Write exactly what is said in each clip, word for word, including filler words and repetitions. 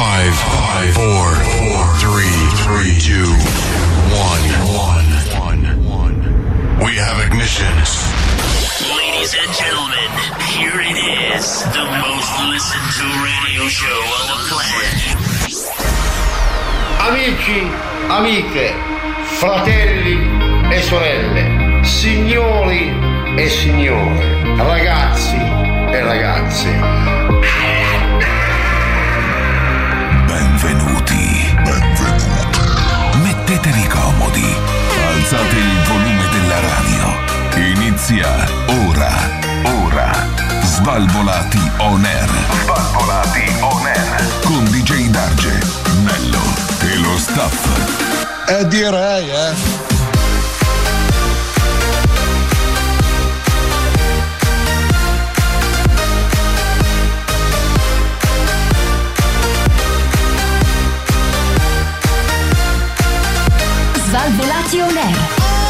five, five, four, four, three, three, two, one, one, one. We have ignition. Ladies and gentlemen, here it is, the most listened to radio show on the planet. Amici, amiche, fratelli e sorelle, signori e signore, ragazzi e ragazze. Benvenuti. Benvenuti. Mettetevi comodi. Alzate il volume della radio. Inizia ora. Ora. Svalvolati on air. Svalvolati on air. Con D J Darge, Nello e lo staff. Eh direi, eh. Svalvolati on air.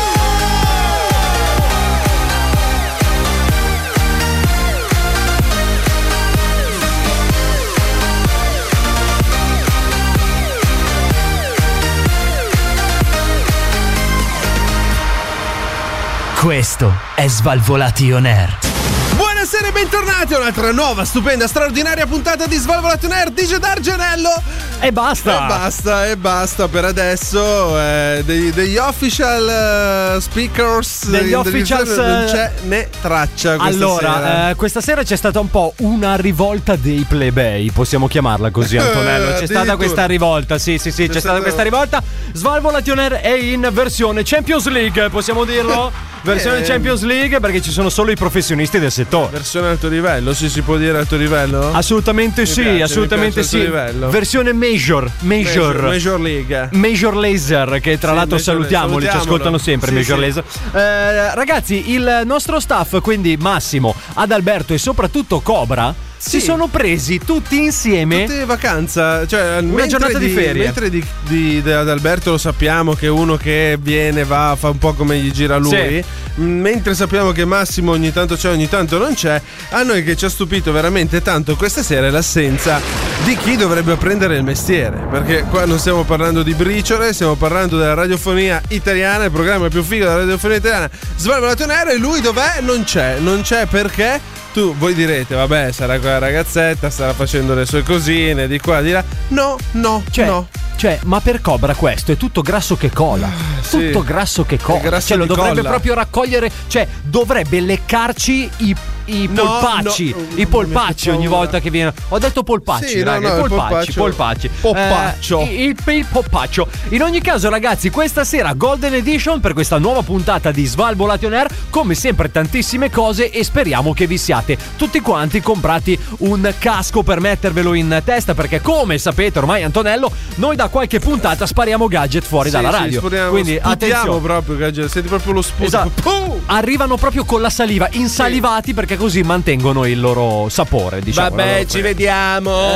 Questo è Svalvolati on air. Buonasera e bentornati a un'altra nuova, stupenda, straordinaria puntata di Svalvolati on air. D J D'Argenello. E basta. E basta, e basta per adesso. Eh, degli, degli official uh, speakers. Degli officials. Non c'è né traccia questa allora, sera. Eh, questa sera c'è stata un po' una rivolta dei plebei, possiamo chiamarla così, Antonello. C'è stata questa rivolta, sì, sì, sì, c'è, c'è stata questa rivolta. Svalvolati on air è in versione Champions League, possiamo dirlo? Versione eh, Champions League, perché ci sono solo i professionisti del settore. Versione alto livello, sì, si può dire alto livello? Assolutamente mi sì, piace, assolutamente sì. Versione Major, Major, Major, Major League. Major Laser, che tra sì, l'altro salutiamoli, ci ascoltano sempre, sì, Major sì. Laser. Eh, ragazzi, il nostro staff, quindi Massimo, Adalberto e soprattutto Cobra, si sì. sono presi tutti insieme. Tutti in vacanza, cioè una giornata di, di ferie. Mentre di, di, di Adalberto lo sappiamo che è uno che viene, va, fa un po' come gli gira lui. Sì. Mentre sappiamo che Massimo ogni tanto c'è, ogni tanto non c'è. A noi che ci ha stupito veramente tanto questa sera è l'assenza di chi dovrebbe apprendere il mestiere. Perché qua non stiamo parlando di briciole, stiamo parlando della radiofonia italiana, il programma più figo della radiofonia italiana, Svalvolati on air. E lui dov'è? Non c'è, non c'è perché? Tu, voi direte, vabbè, sarà quella ragazzetta, starà facendo le sue cosine di qua, di là. No, no, cioè, no. Cioè, ma per Cobra questo è tutto grasso che cola. Ah, sì. Tutto grasso che cola. Grasso cioè, lo dovrebbe colla. proprio raccogliere. Cioè, dovrebbe leccarci i, i no, polpacci. No, I polpacci ogni volta che viene. Ho detto polpacci, sì, raga. No, no, polpacci, polpacci. Poppaccio. Eh, il, il poppaccio. In ogni caso, ragazzi, questa sera Golden Edition per questa nuova puntata di Svalvolati on air. Come sempre, tantissime cose e speriamo che vi siate tutti quanti comprati un casco per mettervelo in testa. Perché, come sapete, ormai, Antonello, noi da qualche puntata spariamo gadget fuori sì, dalla radio. Sì, quindi attenzione proprio gadget, senti proprio lo sputo. Esatto. Arrivano proprio con la saliva, insalivati sì. perché così mantengono il loro sapore, diciamo. Vabbè, ci vediamo.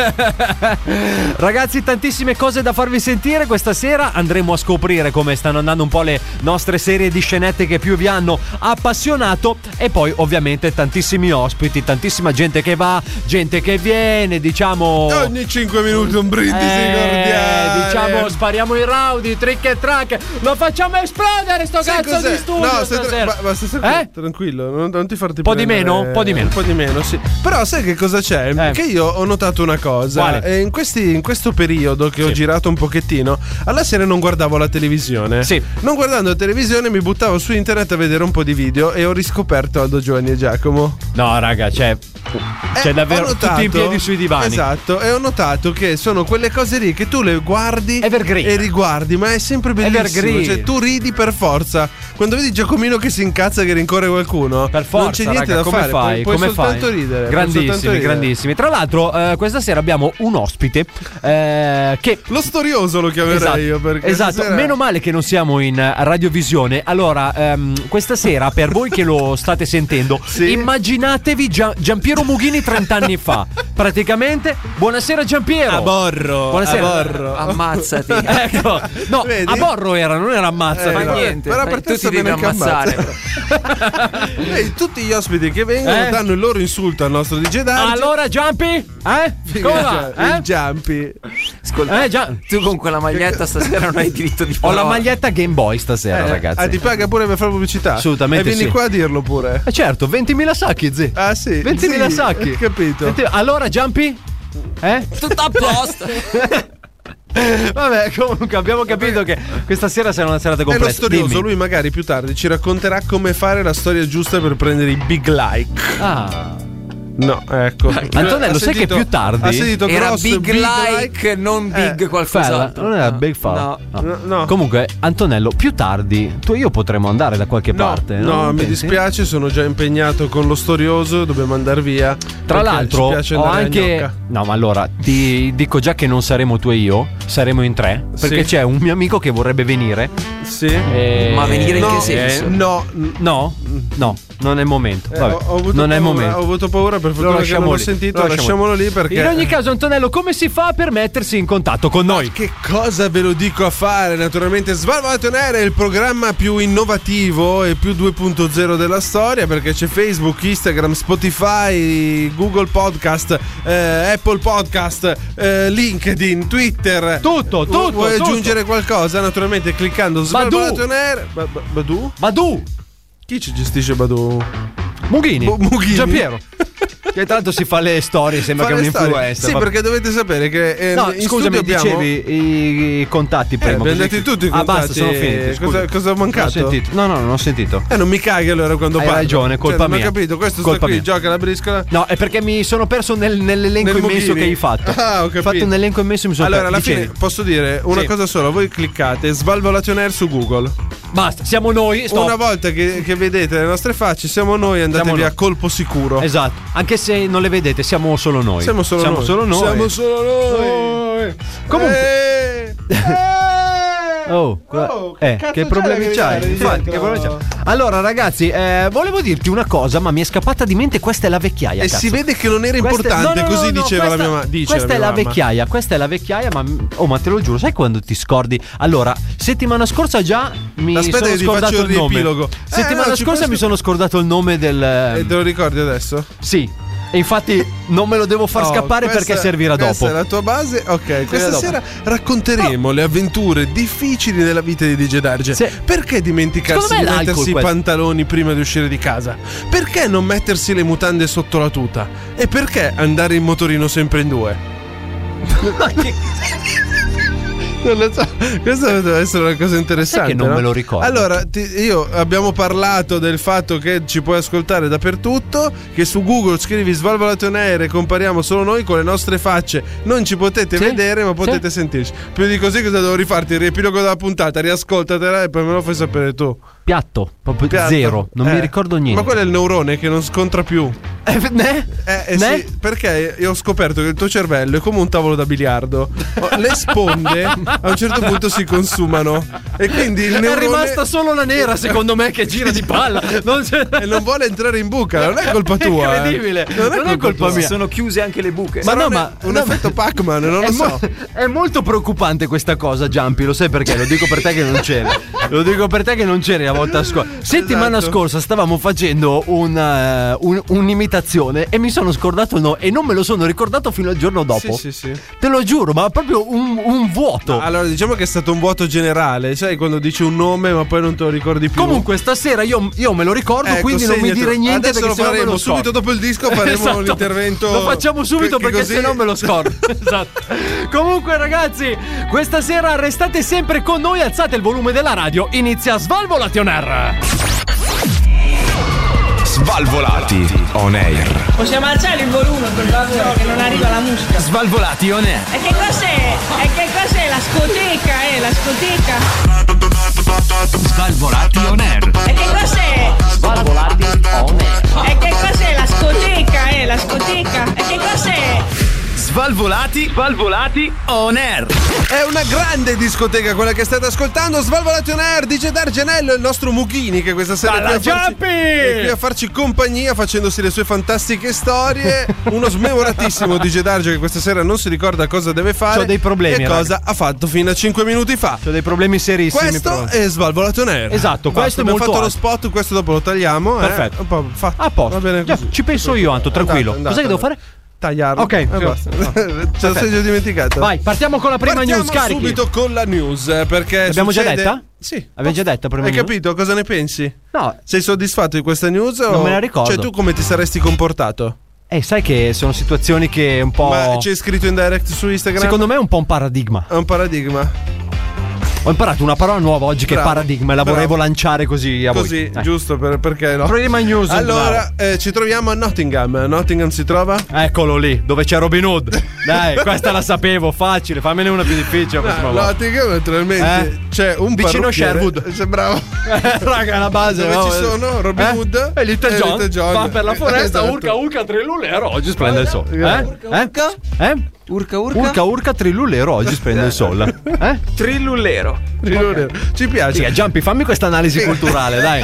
Ragazzi, tantissime cose da farvi sentire questa sera. Andremo a scoprire come stanno andando un po' le nostre serie di scenette che più vi hanno appassionato e poi ovviamente tantissimi ospiti, tantissima gente che va, gente che viene, diciamo ogni cinque minuti un brindisi eh, cordiale. Diciamo spariamo i rowdy, trick e track, lo facciamo esplodere sto sì, cazzo cos'è? Di studio. No, stai tra- ma, ma stai eh? tranquillo, non, non ti farti un po' prendere. di meno, un po' di meno. Un po' di meno, sì. Però sai che cosa c'è? Eh. Che io ho notato una cosa. Quale? Eh, in, questi, in questo periodo che sì. ho girato un pochettino, alla sera non guardavo la televisione. Sì. Non guardando la televisione mi buttavo su internet a vedere un po' di video e ho riscoperto Aldo, Giovanni e Giacomo. No, raga, c'è c'è eh, davvero notato, tutti in piedi sui divani. Esatto, e ho notato che sono quelle cose lì che tu le guardi Evergreen. e riguardi, ma è sempre bellissimo. Evergreen. Cioè, tu ridi per forza. Quando vedi Giacomino che si incazza, che rincorre qualcuno, per forza, non c'è niente raga, da come fare. Fai? Puoi, puoi come soltanto fai? ridere. Grandissimi, soltanto ridere. grandissimi. Tra l'altro, eh, questa sera abbiamo un ospite eh, che lo storioso lo chiamerei esatto, io. Perché esatto. sera... Meno male che non siamo in radiovisione. Allora, ehm, questa sera, per voi che lo state sentendo, sì? immaginatevi Gian- Giampiero Giampiero Mughini trent'anni fa. Praticamente. Buonasera Giampiero. A Borro. Buonasera. A Borro. Ammazzati. Ecco. No, Vedi? a Borro era, non era ammazza. Eh, Fa no. niente. Però Dai, per te tu ti sta devi bene che ammazzare. ammazza. Vedi, tutti gli ospiti che vengono Eh? danno il loro insulto al nostro D J Darge. Allora Giampi? Eh? Come va? Il Eh? Giampi. Ascolta, Eh, già. tu con quella maglietta stasera non hai diritto di Ho parola. la maglietta Game Boy stasera, Eh, ragazzi. Ah, ti paga pure per fare pubblicità? Assolutamente E vieni sì. qua a dirlo pure. Eh certo, ventimila sacchi, zi. Ah sì. ventimila sì, sacchi. ho capito. venti Allora, Giampi? Eh? Tutto a posto. Vabbè, comunque abbiamo capito che questa sera sarà una serata È lo complessa. storioso, Dimmi. lui magari più tardi ci racconterà come fare la storia giusta per prendere i big like. Ah. No, ecco. Antonello, Ha sai che sentito- più tardi ha sentito Era grosso big, like, non big Eh, qualcos'altro. Fella, non era Big Fall. No. No, no. Comunque, Antonello, più tardi tu e io potremo andare da qualche No, parte. no, non mi pensi? dispiace, sono già impegnato con lo storioso, dobbiamo andare via. Tra perché l'altro, ci piace ho andare a anche. gnocca. No, ma allora ti dico già che non saremo tu e io, saremo in tre. Perché Sì. c'è un mio amico che vorrebbe venire. Sì. e- Ma venire in no, che senso? eh, no, No, no, non è il momento. Eh, Vabbè, ho, ho avuto non è il paura, momento. Ho avuto paura, per Lo fortuna che non lasciamo l'ho lì, sentito, lo lasciamo lasciamolo lì perché. In ogni caso, Antonello, come si fa per mettersi in contatto con noi? Che cosa ve lo dico a fare? Naturalmente Svalvolato Air è il programma più innovativo e più due punto zero della storia, perché c'è Facebook, Instagram, Spotify, Google Podcast, eh, Apple Podcast, eh, LinkedIn, Twitter. Tutto, Vu- tutto, Vuoi tutto. aggiungere qualcosa? Naturalmente cliccando Svalvolato Air. Ba- ba- Badu? Badu, Chi ci gestisce Badu? Mughini, Bo- Mughini. Giampiero. Che tra l'altro si fa le storie, sembra Fa che è le un storie. influencer. Sì, vabbè. perché dovete sapere che eh, No, in scusami, studio abbiamo... dicevi i, i contatti prima. abbiamo così- detto tutti i Ah, basta, contatti. sono finiti. scusa. Cosa- cosa ho mancato? Non ho sentito. No, no, non ho sentito. Eh, non mi caghi allora quando Hai parlo. ragione, colpa Cioè, non mia. ho capito, questo Colpa sta qui, mia. gioca la briscola. No, è perché mi sono perso nel- nell'elenco Nel immenso Mughini. che hai fatto. Ah, ho Ho capito. fatto un elenco immenso e mi sono Allora, alla perso. fine Dicevi. posso dire una Sì. cosa sola: voi cliccate Svalvolato Air su Google. Basta, siamo noi. Stop. Una volta che, che vedete le nostre facce, siamo noi, andate Siamo via noi. a colpo sicuro. Esatto. Anche se non le vedete, siamo solo noi. Siamo solo siamo noi. Solo noi. Siamo solo noi. Comunque. Eh, eh. Oh, qua- Oh, che eh, cazzo che c'è problemi da c'hai? gridare Infatti, dietro? che problemi c'hai? Allora, ragazzi, eh, volevo dirti una cosa, ma mi è scappata di mente. Questa è la vecchiaia. E cazzo. si vede che non era Questa è- importante, no, no, no, così no, diceva questa, la mia mamma. Dice questa la è mia la mamma. vecchiaia, questa è la vecchiaia, ma oh, ma te lo giuro, sai quando ti scordi? Allora, settimana scorsa già mi Aspetta sono che ti scordato faccio il il nome. riepilogo. Settimana Eh, no, ci scorsa puoi mi sono scordato il nome del E te lo ricordi adesso? Sì. E infatti non me lo devo far No, scappare questa- perché servirà questa dopo. è la tua base? Ok, questa dopo. sera racconteremo le avventure difficili della vita di D J Darge. Sì. Perché dimenticarsi Secondo me di è l'alcol mettersi i questo. pantaloni prima di uscire di casa? Perché non mettersi le mutande sotto la tuta? E perché andare in motorino sempre in due? Non lo so, questa deve essere una cosa interessante. Sai che non no? me lo ricordo. Allora, ti- io abbiamo parlato del fatto che ci puoi ascoltare dappertutto. Che su Google scrivi Svalvolato Air e compariamo solo noi con le nostre facce. Non ci potete Sì, vedere, ma potete sì. sentirci. Più di così, cosa devo rifarti? Il riepilogo della puntata, riascoltatela e poi me lo fai sapere tu. Piatto, proprio Piatto. zero, non Eh, mi ricordo niente. Ma quello è il neurone che non scontra più. Eh, ne? Eh, eh Ne? sì, perché io ho scoperto che il tuo cervello è come un tavolo da biliardo. Le sponde a un certo punto si consumano. E quindi il È neurone. rimasta solo la nera, secondo me, che gira di palla. Non c'è... E non vuole entrare in buca, non è colpa tua. eh. Incredibile. Non è Non è colpa tua. mia. Sono chiuse anche le buche. Ma no, Non è ma un no, effetto Pac-Man, non lo è, so. mo- è molto preoccupante questa cosa, Giampi. Lo sai perché? Lo dico per te che non c'eri. Lo dico per te che non c'eri la volta scorsa. Settimana Esatto. scorsa stavamo facendo una, un- un'imitazione e mi sono scordato il nome e non me lo sono ricordato fino al giorno dopo. Sì, sì, sì. Te lo giuro, ma proprio un, un vuoto. Allora, diciamo che è stato un vuoto generale. Sai quando dici un nome, ma poi non te lo ricordi più. Comunque, stasera io, io me lo ricordo, Ecco, quindi non mi segnatelo. dire niente Adesso perché lo sennò me faremo lo scordo. subito dopo il disco. Faremo Esatto. l'intervento. Lo facciamo subito che- che perché così- se no me lo scordo. Esatto. Comunque, ragazzi, questa sera restate sempre con noi. Alzate il volume della radio. Inizia Svalvolation Air. Svalvolati on air. Possiamo alzare il volume per favore che non arriva la musica. Svalvolati on air. E che cos'è? E che cos'è la scoteca, eh? La scoteca? Svalvolati on air. E che cos'è? Svalvolati on air. E che cos'è la scoteca, eh? La scoteca? E che cos'è? Svalvolati, Svalvolati on air. È una grande discoteca quella che state ascoltando. Svalvolati on air, D J D'Argenello e il nostro Mughini che questa sera è qui, a farci, è qui a farci compagnia facendosi le sue fantastiche storie. Uno smemoratissimo D J D'Arge che questa sera non si ricorda cosa deve fare. C'ho dei problemi, e cosa raga. ha fatto fino a cinque minuti fa. C'ho dei problemi serissimi. Questo però. è Svalvolati on air. Esatto, Basta, questo è abbiamo molto fatto alto. lo spot, questo dopo lo tagliamo. Perfetto. Eh? Un po' fatto. A posto. Va bene Già, così. ci penso io, Anto, tranquillo. Andate, Cos'è che devo andate. fare? Tagliarlo. Ok, Eh, sì. basta. No. Ce lo sei già dimenticato. Vai, partiamo con la prima Partiamo news, carichi. subito con la news, eh, perché L'abbiamo già succede- detta? Sì. Abbiamo già detta prima Hai news? capito cosa ne pensi? No. Sei soddisfatto di questa news? Non o... me la ricordo. Cioè, tu come ti saresti comportato? Eh, sai che sono situazioni che un po'. Ma c'è scritto in direct su Instagram? Secondo me è un po' un paradigma. È un paradigma. Ho imparato una parola nuova oggi che è Bravo, paradigma e la bravo. volevo lanciare così a Così, voi. Dai. giusto, per- perché no? Prima news. Allora, eh, ci troviamo a Nottingham. Nottingham si trova? Eccolo lì, dove c'è Robin Hood. Dai, questa la sapevo, facile. Fammene una più difficile. la prossima No, volta. Nottingham, naturalmente. Eh? C'è un Vicino a parrucchiere. Sherwood. Sei bravo. Eh, raga, la base. Dove no? ci sono Robin Eh? Hood e Little e John, Little John. va per la foresta. Esatto. Urca, urca, trillulero. Oggi splende il sole. Eh? Urca? Eh? Eh? Urca urca? Urca, urca, trillulero. Oggi splende il sole. Eh? Trillullero. Ci piace. Sì, Giampi, fammi questa analisi culturale, dai.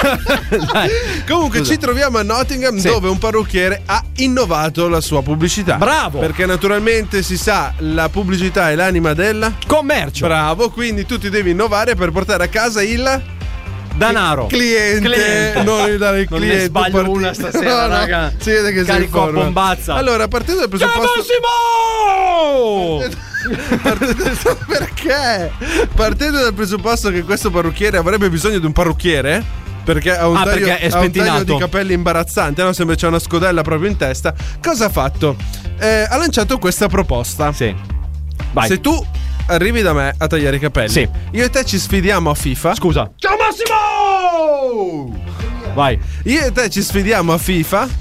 Dai. Comunque Scusa. ci troviamo a Nottingham Sì. dove un parrucchiere ha innovato la sua pubblicità. Bravo! Perché naturalmente si sa, la pubblicità è l'anima del Commercio. bravo, quindi tu ti devi innovare per portare a casa il Danaro. cliente, Cliente. non il dare il Non ne cliente. sbaglio parti- una stasera, No, no, raga. Si vede che sei in Carico a forma. bombazza. Allora, partendo dal Ciao presupposto Massimo! Partendo- perché? Partendo dal presupposto che questo parrucchiere avrebbe bisogno di un parrucchiere, perché ha un, Ah, taglio, perché è ha un taglio spettinato. di capelli imbarazzante, no? Sembra c'è una scodella proprio in testa. Cosa ha fatto? Eh, ha lanciato questa proposta. Sì. Vai. Se tu arrivi da me a tagliare i capelli, Sì. io e te ci sfidiamo a FIFA. Scusa. Ciao Massimo! Vai. Io e te ci sfidiamo a FIFA.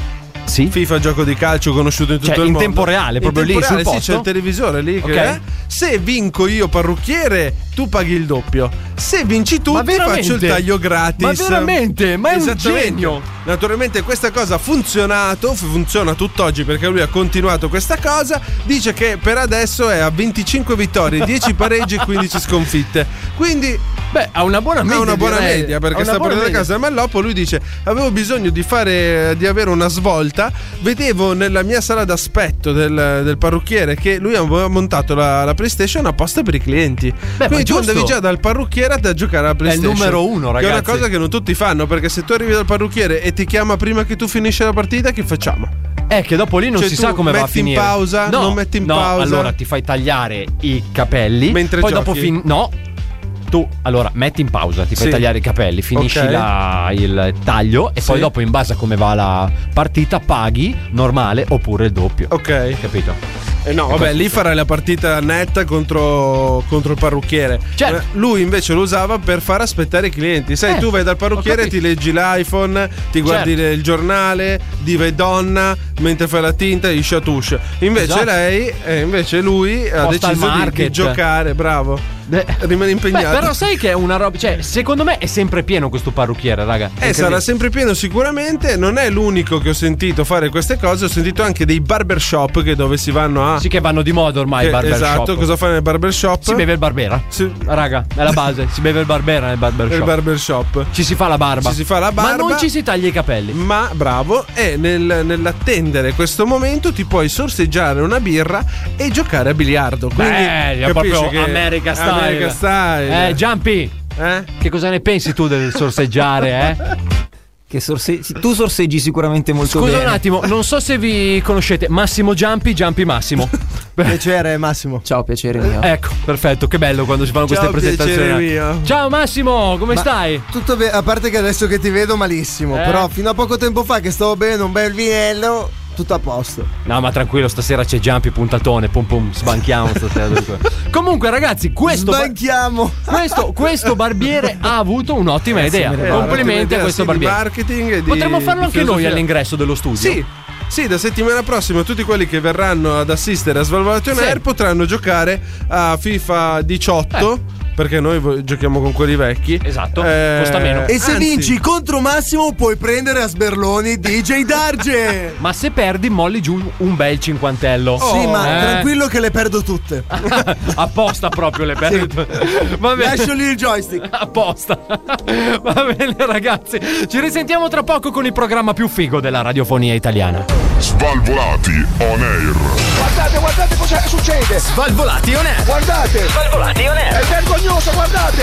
Sì. FIFA, gioco di calcio conosciuto in tutto Cioè, il in mondo. tempo reale, proprio in tempo lì sul reale, sì, posto? c'è il televisore lì che Ok. è. Se vinco io parrucchiere, tu paghi il doppio. Se vinci tu, Ma ti faccio il veramente? taglio gratis. Ma veramente? Ma è un Esattamente. genio. Naturalmente questa cosa ha funzionato, f- funziona tutt'oggi perché lui ha continuato questa cosa. Dice che per adesso è a venticinque vittorie, dieci pareggi e quindici sconfitte. Quindi Beh, ha una buona media. ha una buona direi. media Ha perché una sta buona portando a media. casa il Malloppo. Lui dice: avevo bisogno di fare di avere una svolta. Vedevo nella mia sala d'aspetto del, del parrucchiere che lui aveva montato la, la PlayStation apposta per i clienti. ma Quindi tu giusto. andavi già dal parrucchiere a giocare alla PlayStation. numero uno, Che è una ragazzi. cosa che non tutti fanno, perché se tu arrivi dal parrucchiere e ti chiama prima che tu finisci la partita, che facciamo? È che dopo lì non Cioè, si tu sa come va a metti in finire. pausa, no, non metti in no, pausa. allora ti fai tagliare i capelli. Mentre poi giochi. dopo fin- no. Tu allora metti in pausa, ti fai Sì. tagliare i capelli, finisci Ok. la- il taglio e Sì. poi dopo in base a come va la partita paghi normale oppure il doppio. Ok. Capito? Eh no, vabbè, lì farai la partita netta contro, contro il parrucchiere. Certo. Eh, Lui invece lo usava per far aspettare i clienti. Sai, Eh, tu vai dal ho parrucchiere, capito. ti leggi l'iPhone, ti guardi Certo. il giornale, diva e donna, mentre fai la tinta, i chatouche. Invece Esatto. lei, eh, invece lui ha Postal deciso di, di market. giocare, bravo. Beh, Rimane Beh, impegnato. però sai che è una roba. Cioè, secondo me è sempre pieno questo parrucchiere, raga. Eh, sarà sempre pieno sicuramente. Non è l'unico che ho sentito fare queste cose. Ho sentito anche dei barbershop che dove si vanno a. Sì, che vanno di moda ormai Che- i barbershop. esatto, cosa fai nel barbershop? Si beve il barbera. Si- Raga, è la base. Si beve il barbera nel barbershop. Il barbershop. Ci si fa la barba. Ci si fa la barba. Ma non ci si taglia i capelli. Ma bravo, e nel- nell'attendere questo momento ti puoi sorseggiare una birra e giocare a biliardo. Quindi Beh, è capisci proprio che America Style. America Style. Eh, Giampi, Eh? che cosa ne pensi tu del sorseggiare, eh? Che sorse- sì, tu sorseggi sicuramente molto Scusa bene. un attimo, non so se vi conoscete Massimo Giampi, Giampi Massimo. Piacere Massimo. Ciao, piacere mio. Ecco, perfetto, che bello quando si fanno Ciao, queste presentazioni. piacere mio. Ciao Massimo, come Ma- stai? Tutto bene, a parte che adesso che ti vedo malissimo, Eh? però fino a poco tempo fa che stavo bene un bel vinello, tutto a posto. No, ma tranquillo, stasera c'è Giampi puntatone, pum pum, sbanchiamo stasera. dunque. Comunque, ragazzi, questo ba- Sbanchiamo. questo, questo barbiere ha avuto un'ottima idea. Eh, Complimenti ottima a questo idea, sì, di barbiere. marketing e di- Potremmo farlo di anche noi filosofia. all'ingresso dello studio. Sì. Sì, da settimana prossima tutti quelli che verranno ad assistere a Svalvolation Sì. Air potranno giocare a FIFA diciotto perché noi vo- giochiamo con quelli vecchi. Esatto, Eh, costa meno. E se anzi- vinci contro Massimo puoi prendere a sberloni D J Darge. Ma se perdi, molli giù un bel cinquantello. Sì, ma Eh. tranquillo che le perdo tutte. Apposta proprio le perdo. Va bene. Lascio lì il joystick. Apposta. Va bene, ragazzi. Ci risentiamo tra poco con il programma più figo della radiofonia italiana. Svalvolati on air. Guardate, guardate cosa succede! Svalvolati on air. Guardate! Svalvolati on air. È vergognoso, guardate!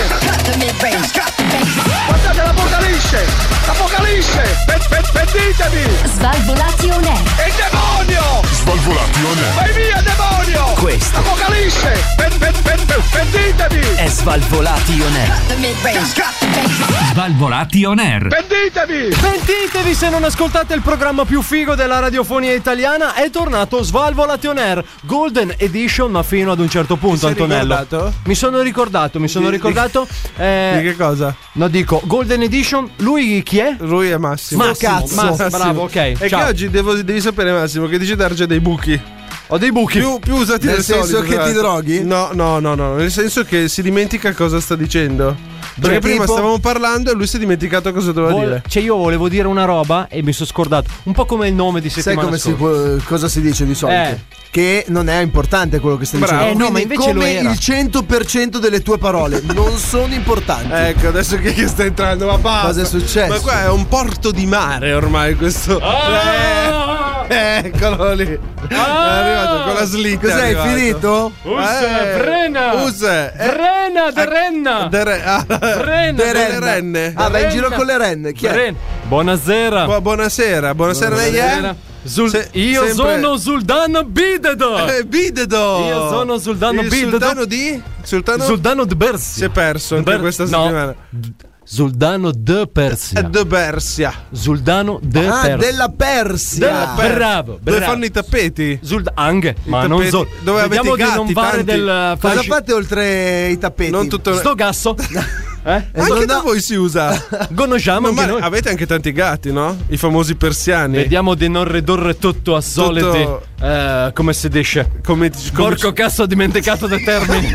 Guardate l'apocalisse! L'apocalisse! Pe- pe- Pentitevi! Svalvolati on air. È il demonio! Svalvolati on air. Vai via, demonio! Questo. L'apocalisse! Pe- pe- pe- pe- Pentitevi! È Svalvolati on air. Svalvolati on air. Pentitevi! Pentitevi se non ascoltate il programma più figo della radiofonia italiana. È tornato Svalvolati on air Golden Edition, ma fino ad un certo punto, sei Antonello. ricordato? Mi sono ricordato, mi sono Di- ricordato. eh, Di che cosa? No, dico Golden Edition. Lui chi è? Lui è Massimo. Massimo, cazzo. Massimo, bravo, ok. E ciao. che oggi devo- devi sapere, Massimo, che dice Darge dei buchi. Ho dei buchi. Più, più usati Nel del senso solito, che ti tra l'altro. droghi? No, no, no, no. Nel senso che si dimentica cosa sta dicendo. Perché Cioè, prima tipo- stavamo parlando e lui si è dimenticato cosa doveva Vol- dire. Cioè, io volevo dire una roba e mi sono scordato. Un po' come il nome di Sai settimana come si scorsa. può- cosa si dice di solito? Eh. Che non è importante quello che stai Bravo. dicendo. Eh, no, ma Quindi invece lo come era. il cento per cento delle tue parole non sono importanti. Ecco, adesso che, che sta entrando, ma basta. Cosa è successo? Ma qua è un porto di mare ormai questo. Ah! Eh, eccolo lì. È arrivato con la slitta. Cos'è, è hai arrivato. finito? Usse, Eh, frena! Usse, eh, Frena, de renna! de re- ah, Frena, delle de renna. renne. Ah, vai in renna. giro con le renne. Chi è? Fren- Buonasera. Bu- buonasera, buonasera, lei è? Sul- Se- io sempre- sono Sultano Bidedo. Eh, Bidedo. Io sono Sultano Il Bidedo. Sultano di? Sultano Sultano de Bersia. si è perso anche Ber- questa no. settimana. Sultano de Persia. È de Bersia. Sultano de Ah, Persia. della Persia. Della- Per- bravo, Dove bravo. fanno i tappeti? Sul- anche, ma I non tappeti- so. dove avete Vediamo i gatti, di non fare tanti. del Cosa fasci- fate oltre i tappeti? Non tutto. Sto gasso. Eh? Anche no, da no. voi si usa. Conosciamo Ma anche noi. avete anche tanti gatti, no? I famosi persiani. Vediamo di non ridurre tutto a soliti. Tutto- eh, come si dice? Come, come Porco cazzo, ho dimenticato dei termini.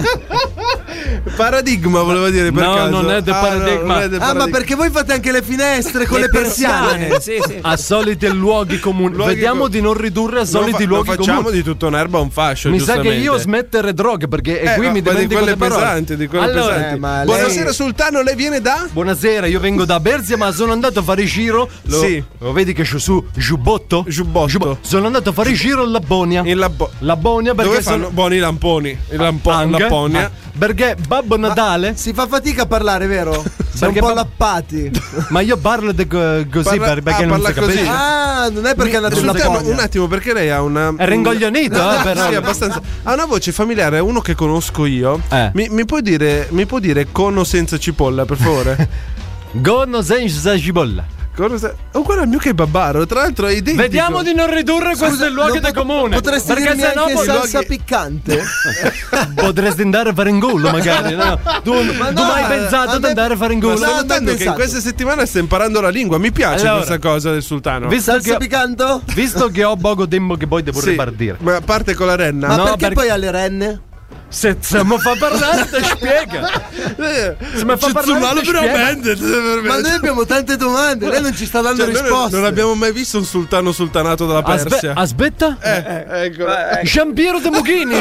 paradigma voleva dire per No, caso. non è de Ah, paradigma. no, non è de Ah, ma paradigma. perché voi fate anche le finestre con le, persiane? Sì, sì. A soliti luoghi comuni. Luoghi Vediamo co- di non ridurre a Lo soliti fa- lo luoghi facciamo comuni. di tutto un'erba un fascio. Mi sa che giustamente. io smettere droghe perché e Eh, qui ma mi di dimentico quelle le parole. pesanti, di quelle allora, pesanti. Eh, ma lei- Buonasera Sultano, lei viene da? buonasera, io vengo da Berzia, ma sono andato a fare giro. Lo, Sì. lo vedi che c'ho su giubbotto? Giubbotto. Sono andato a fare giro in Labonia. In Labo- Labonia perché Dove sono fanno buoni i lamponi? Il lampo- Anche? Lapponia. Ah, perché Babbo Natale. Si fa fatica a parlare, vero? Siamo Perché un po' pa- lappati. Ma io parlo de- così Parla- per- perché ah, non si parla così. capisce. Ah, non è perché è andato in Sultano, Lapponia. un attimo, perché lei ha una. È ringoglionito, un- eh, però. Sì, abbastanza. Ha una voce familiare, è uno che conosco io. Eh. Mi, mi puoi dire, mi può dire con o senza cipolla, per favore? Gono senza cipolla. Con o se- Oh, guarda il mio kebabaro, tra l'altro è identico. Vediamo di non ridurre questi luoghi non di pot- comune. Potresti perché dirmi sennò anche poi- salsa piccante? potresti andare a fare in gullo, magari. No? Tu, tu no, mai a pensato di me- andare a fare in Ma gullo? sto No, non notando hai che in pensato. questa settimana sta imparando la lingua. Mi piace Allora, questa cosa del sultano. Visto Salsa che, piccante? visto che ho poco tempo che poi devo Sì, ribardire. ma a parte con la renna. Ma No, perché perché- poi alle renne? Se, se mi fa parlare, ti spiega. Se mi fa parlare, ti spiega. Ma noi abbiamo tante domande, lei non ci sta dando Cioè, noi risposte. non abbiamo mai visto un sultano sultanato dalla Aspe- Persia. aspetta. Eh, ecco. Giampiero De Mughini.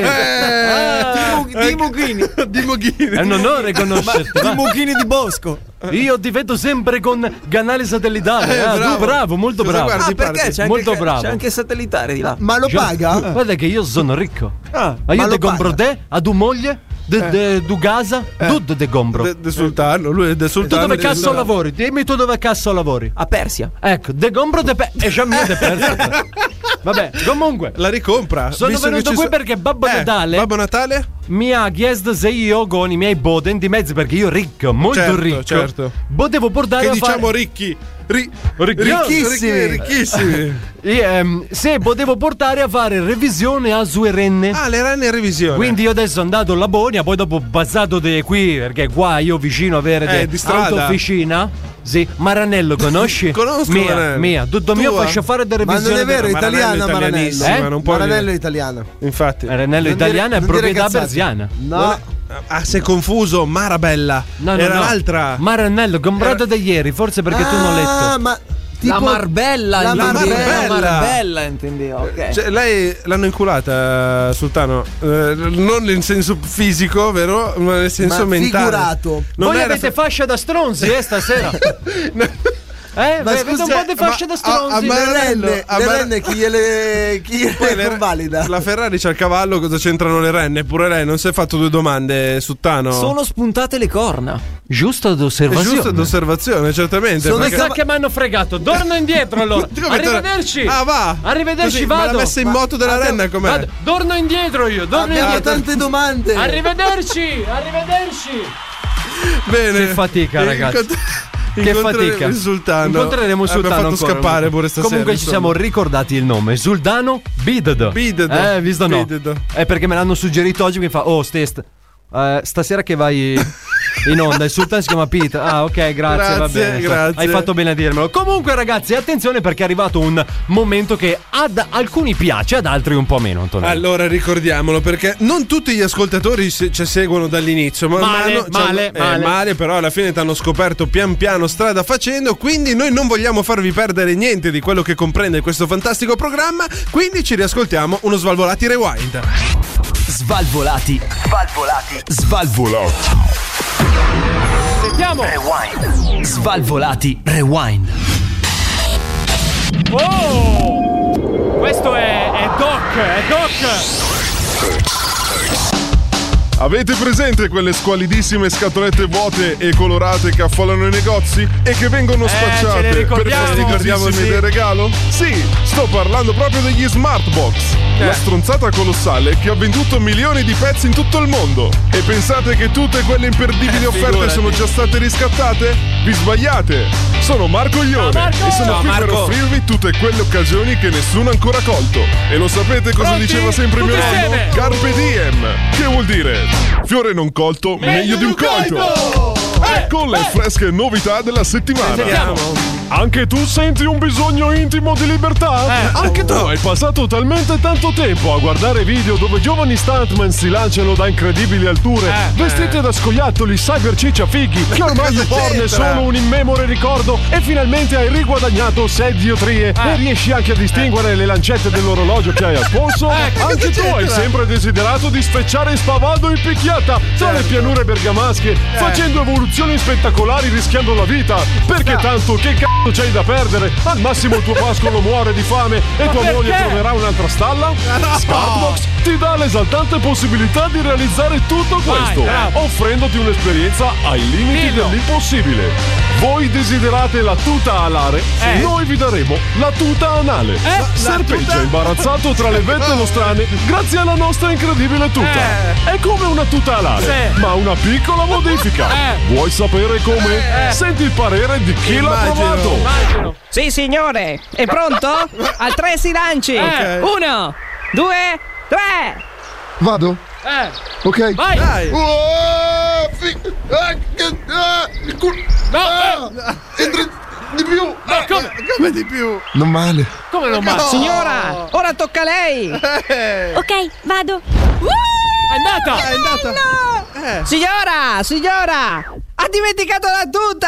Ah, Di Mughini. Di Mughini. è un onore conoscerti. va. Mughini di Bosco. Io ti vedo sempre con canali satellitari. Eh, ah, bravo. tu bravo, molto Cosa bravo. guardi? Ah, perché parti. c'è anche, Molto bravo. c'è anche il satellitare di là. Ma lo Già- paga? Guarda che io sono ricco. Ah, ma io ma te lo compro paga? te, a tu moglie, de, de, tu casa, tutto te compro. De, de sultano, lui è de tu sultano. dove de cazzo sultano. lavori? Dimmi tu dove cazzo lavori. A Persia. Ecco, te compro te pe- e già mio te perso. Vabbè, comunque. La ricompra. Sono visto che venuto ci qui so- perché Babbo Eh, Natale Babbo Natale? mi ha chiesto se io con i miei boden di mezzo, perché io ricco, molto Certo, ricco, certo. potevo portare Che a diciamo fare... ricchi. Ri- Ricchissimi. ricchi- ricchissimi. E, ehm, se potevo portare a fare revisione a sue renne. Ah, le renne in revisione. Quindi io adesso sono andato a Labonia, poi dopo passato di qui, perché qua io vicino a avere Eh, de- di strada. autofficina. Sì, Maranello conosci? Conosco mia, Maranello. mia, tutto Tua? mio faccio fare delle Ma revisioni. non è vero, è de- italiana Maranello Maranello. italianissima, Eh? non può Maranello è dire. italiana. Infatti. Maranello Non italiana dire- è non dire proprietà cazzate. berziana. No, Ah, sei confuso, Marabella. No, no, Era no. l'altra. Maranello, comprato Era... da ieri, forse perché tu non hai letto. Ah, ma tipo... La Marbella, la intendevo, Marbella. la Marbella intendevo, ok. Cioè, lei l'hanno inculata, Sultano. Eh, non nel senso fisico, vero? Ma nel senso Ma mentale. figurato. Non Voi era avete fa- fascia da stronzi, eh, stasera? Eh, Ma beh, vedo un scusa, po' di fascia da a- a stronzi. me- Le Marello, renne, a le Mar- renne chi gliele, chi gliele Poi le- convalida? La Ferrari c'ha il cavallo, cosa c'entrano le renne? Pure lei non si è fatto due domande, Suttano? Sono spuntate le corna. Giusto È d'osservazione. giusto d'osservazione, certamente. Sono perché- Sa che mi hanno fregato. Torno indietro allora. Come torna- Arrivederci. Ah, va. Arrivederci, Così, ma vado. l'ha messa in moto della Ma- renna com'è? Vado. Torno indietro io. Torno Abbiamo indietro. tante domande. Arrivederci. Arrivederci. Bene. Che fatica, ragazzi. Incont- Che incontreremo fatica. il Sultano. Incontreremo il Sultano. Abbiamo fatto ancora. scappare pure stasera. Comunque ci insomma. siamo ricordati il nome. Sultano Bided. Bided. Eh, visto no. Bided. È perché me l'hanno suggerito oggi. Mi fa, oh, Stest. eh, stasera che vai in onda, il Sultan si chiama Pete. Ah, ok, grazie, Grazie, va bene. grazie. Hai fatto bene a dirmelo. Comunque, ragazzi, attenzione perché è arrivato un momento che ad alcuni piace, ad altri un po' meno, Antonio. Allora ricordiamolo perché non tutti gli ascoltatori se- ci seguono dall'inizio. Ma Male, mano- cioè, male, eh, male. male, però alla fine ti hanno scoperto pian piano strada facendo. Quindi noi non vogliamo farvi perdere niente di quello che comprende questo fantastico programma. Quindi ci riascoltiamo uno Svalvolati Rewind. Svalvolati. Svalvolati. Svalvolati. Sentiamo. Rewind. Svalvolati. Rewind. Oh! Questo è, è Doc, è Doc. Avete presente quelle squalidissime scatolette vuote e colorate che affollano i negozi e che vengono Eh, ce spacciate le per ricordiamo. fastidiosissime Sì. idee regalo? Sì, sto parlando proprio degli Smart Box, Eh. la stronzata colossale che ha venduto milioni di pezzi in tutto il mondo. E pensate che tutte quelle imperdibili Eh, offerte figurati. sono già state riscattate? Vi sbagliate! Sono Marco Ione Ciao, Marco! e sono Ciao, qui per Marco. offrirvi tutte quelle occasioni che nessuno ha ancora colto. E lo sapete cosa Pronti? diceva sempre Tutti mio nonno? insieme! Carpe diem! Che vuol dire? Fiore non colto, meglio, di un colto! Ecco le fresche novità della settimana. Sentiamo. Anche tu senti un bisogno intimo di libertà? Eh. Anche tu hai passato talmente tanto tempo a guardare video dove giovani stuntman si lanciano da incredibili alture, Eh. vestiti da scoiattoli cyber ciccia fighi, che ormai Cosa il porn è c'entra? solo un immemore ricordo e finalmente hai riguadagnato sei diotrie Eh. e riesci anche a distinguere le lancette dell'orologio che hai al polso? Eh, Anche cosa tu hai c'entra? sempre desiderato di sfrecciare spavaldo in picchiata tra le pianure bergamasche, facendo evoluzioni spettacolari rischiando la vita. Perché tanto che cazzo c'hai da perdere? Al massimo il tuo pascolo muore di fame e Ma tua moglie perché? troverà un'altra stalla? Smartbox ti dà l'esaltante possibilità di realizzare tutto questo, bravo. offrendoti un'esperienza ai limiti Dillo. dell'impossibile. Voi desiderate la tuta alare? Eh. Noi vi daremo la tuta anale. Eh, Serpeggia tuta- imbarazzato tra le vette nostrane grazie alla nostra incredibile tuta. Eh. È come una tuta alare, Sì. ma una piccola modifica. Eh. Vuoi sapere come? Eh. Senti il parere di chi l'ha Immagino. provato. Immagino. Sì, signore. È pronto? Al tre si lanci. Eh. Uno, due, tre. Vado? Eh, Ok. vai. Dai. Oh, fi- ah, che- ah, il culo. No, Ah, entra di più. Ma come, Come di più? Non male. come non va? Signora, ora tocca a lei. Ok, vado. È andata. È andata. Eh. Signora, signora, ha dimenticato la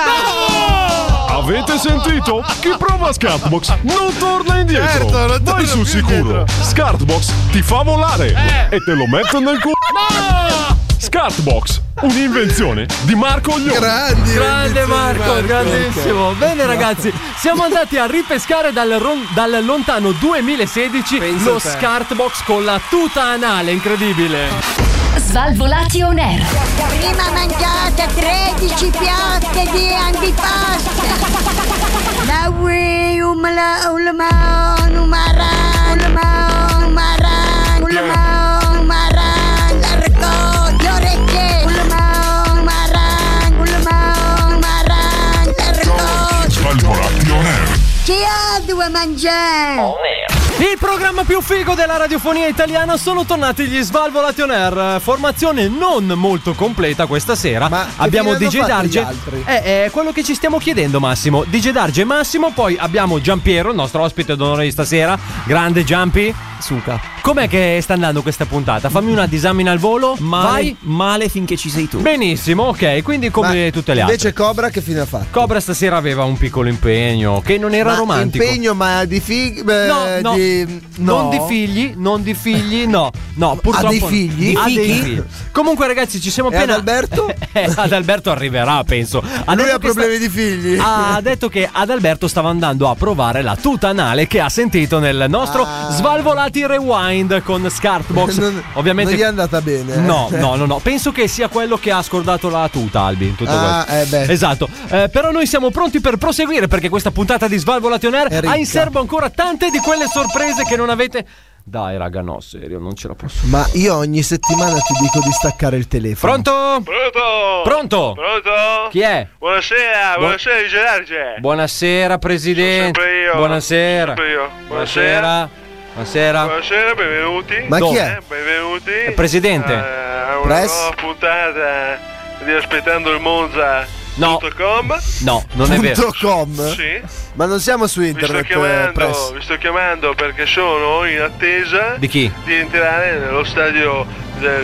tuta. Avete sentito? Chi prova Scartbox non torna indietro. Certo, non torna Vai sul più sicuro. indietro. Scartbox ti fa volare Eh. e te lo metto nel culo. No! Scartbox, un'invenzione di Marco Ione. Grandi. Grande rendizioni, Marco, grandissimo. Bene ragazzi, siamo andati a ripescare dal, ron- dal lontano duemilasedici Pensa lo a te. Scartbox con la tuta anale, incredibile. Svalvolati on air. Prima mangiate tredici piatte di antipasto. La ui umla ulma numara ulma umara ulma umara largo le orecchie ulma umara ulma umara largo. Svalvolati on air. Chi ha due mangiare? Il programma più figo della radiofonia italiana, sono tornati gli Svalvolati on air. Formazione non molto completa questa sera. Ma che abbiamo fine D J hanno fatto gli Darge. altri? Eh, è quello che ci stiamo chiedendo, Massimo. D J Darge e Massimo, poi abbiamo Giampiero, il nostro ospite d'onore di stasera. Grande Giampi. Suca. Com'è che sta andando questa puntata? Fammi una disamina al volo. Male, Vai. male finché ci sei tu. Benissimo, ok, quindi come Ma tutte le altre. Invece Cobra che fine ha fatto? Cobra stasera aveva un piccolo impegno che non era Ma romantico. impegno ma di figli? Beh, No, no, di... no. non di figli, non di figli, no, no, purtroppo. Ha dei figli? Ha Di dei fighi? figli. Comunque, ragazzi, ci siamo E appena. Adalberto? Eh, Adalberto arriverà, penso. Ha Lui detto ha che problemi sta- di figli. Ha detto che Adalberto stava andando a provare la tuta anale che ha sentito nel nostro Ah. Svalvolati Rewind con Scartbox. Non, Ovviamente. non gli è andata bene. eh. No, no, no, no. Penso che sia quello che ha scordato la tuta, Albi. in Tutto Ah, questo. eh beh. Esatto. Eh, però noi siamo pronti per proseguire perché questa puntata di Svalvolati On Air È ricca. ha in serbo ancora tante di quelle sorprese che non avete. Dai, raga, no, serio, non ce la posso. Ma io ogni settimana ti dico di staccare il telefono. Pronto? Pronto? Pronto? Pronto? Chi è? Buonasera, buonasera, dice Darge. Buonasera, presidente. Sono sempre io. Buonasera. Sempre io. Buonasera. Buonasera. Buonasera, benvenuti. Ma chi Eh, è? benvenuti. Il presidente. Eh, a una Press? nuova puntata di Aspettando il Monza. No. .com. No, non è vero. Punto com? Sì. Ma non siamo su Vi sto internet, eh, chiamando, Press. vi sto chiamando perché sono in attesa Di chi? di entrare nello stadio del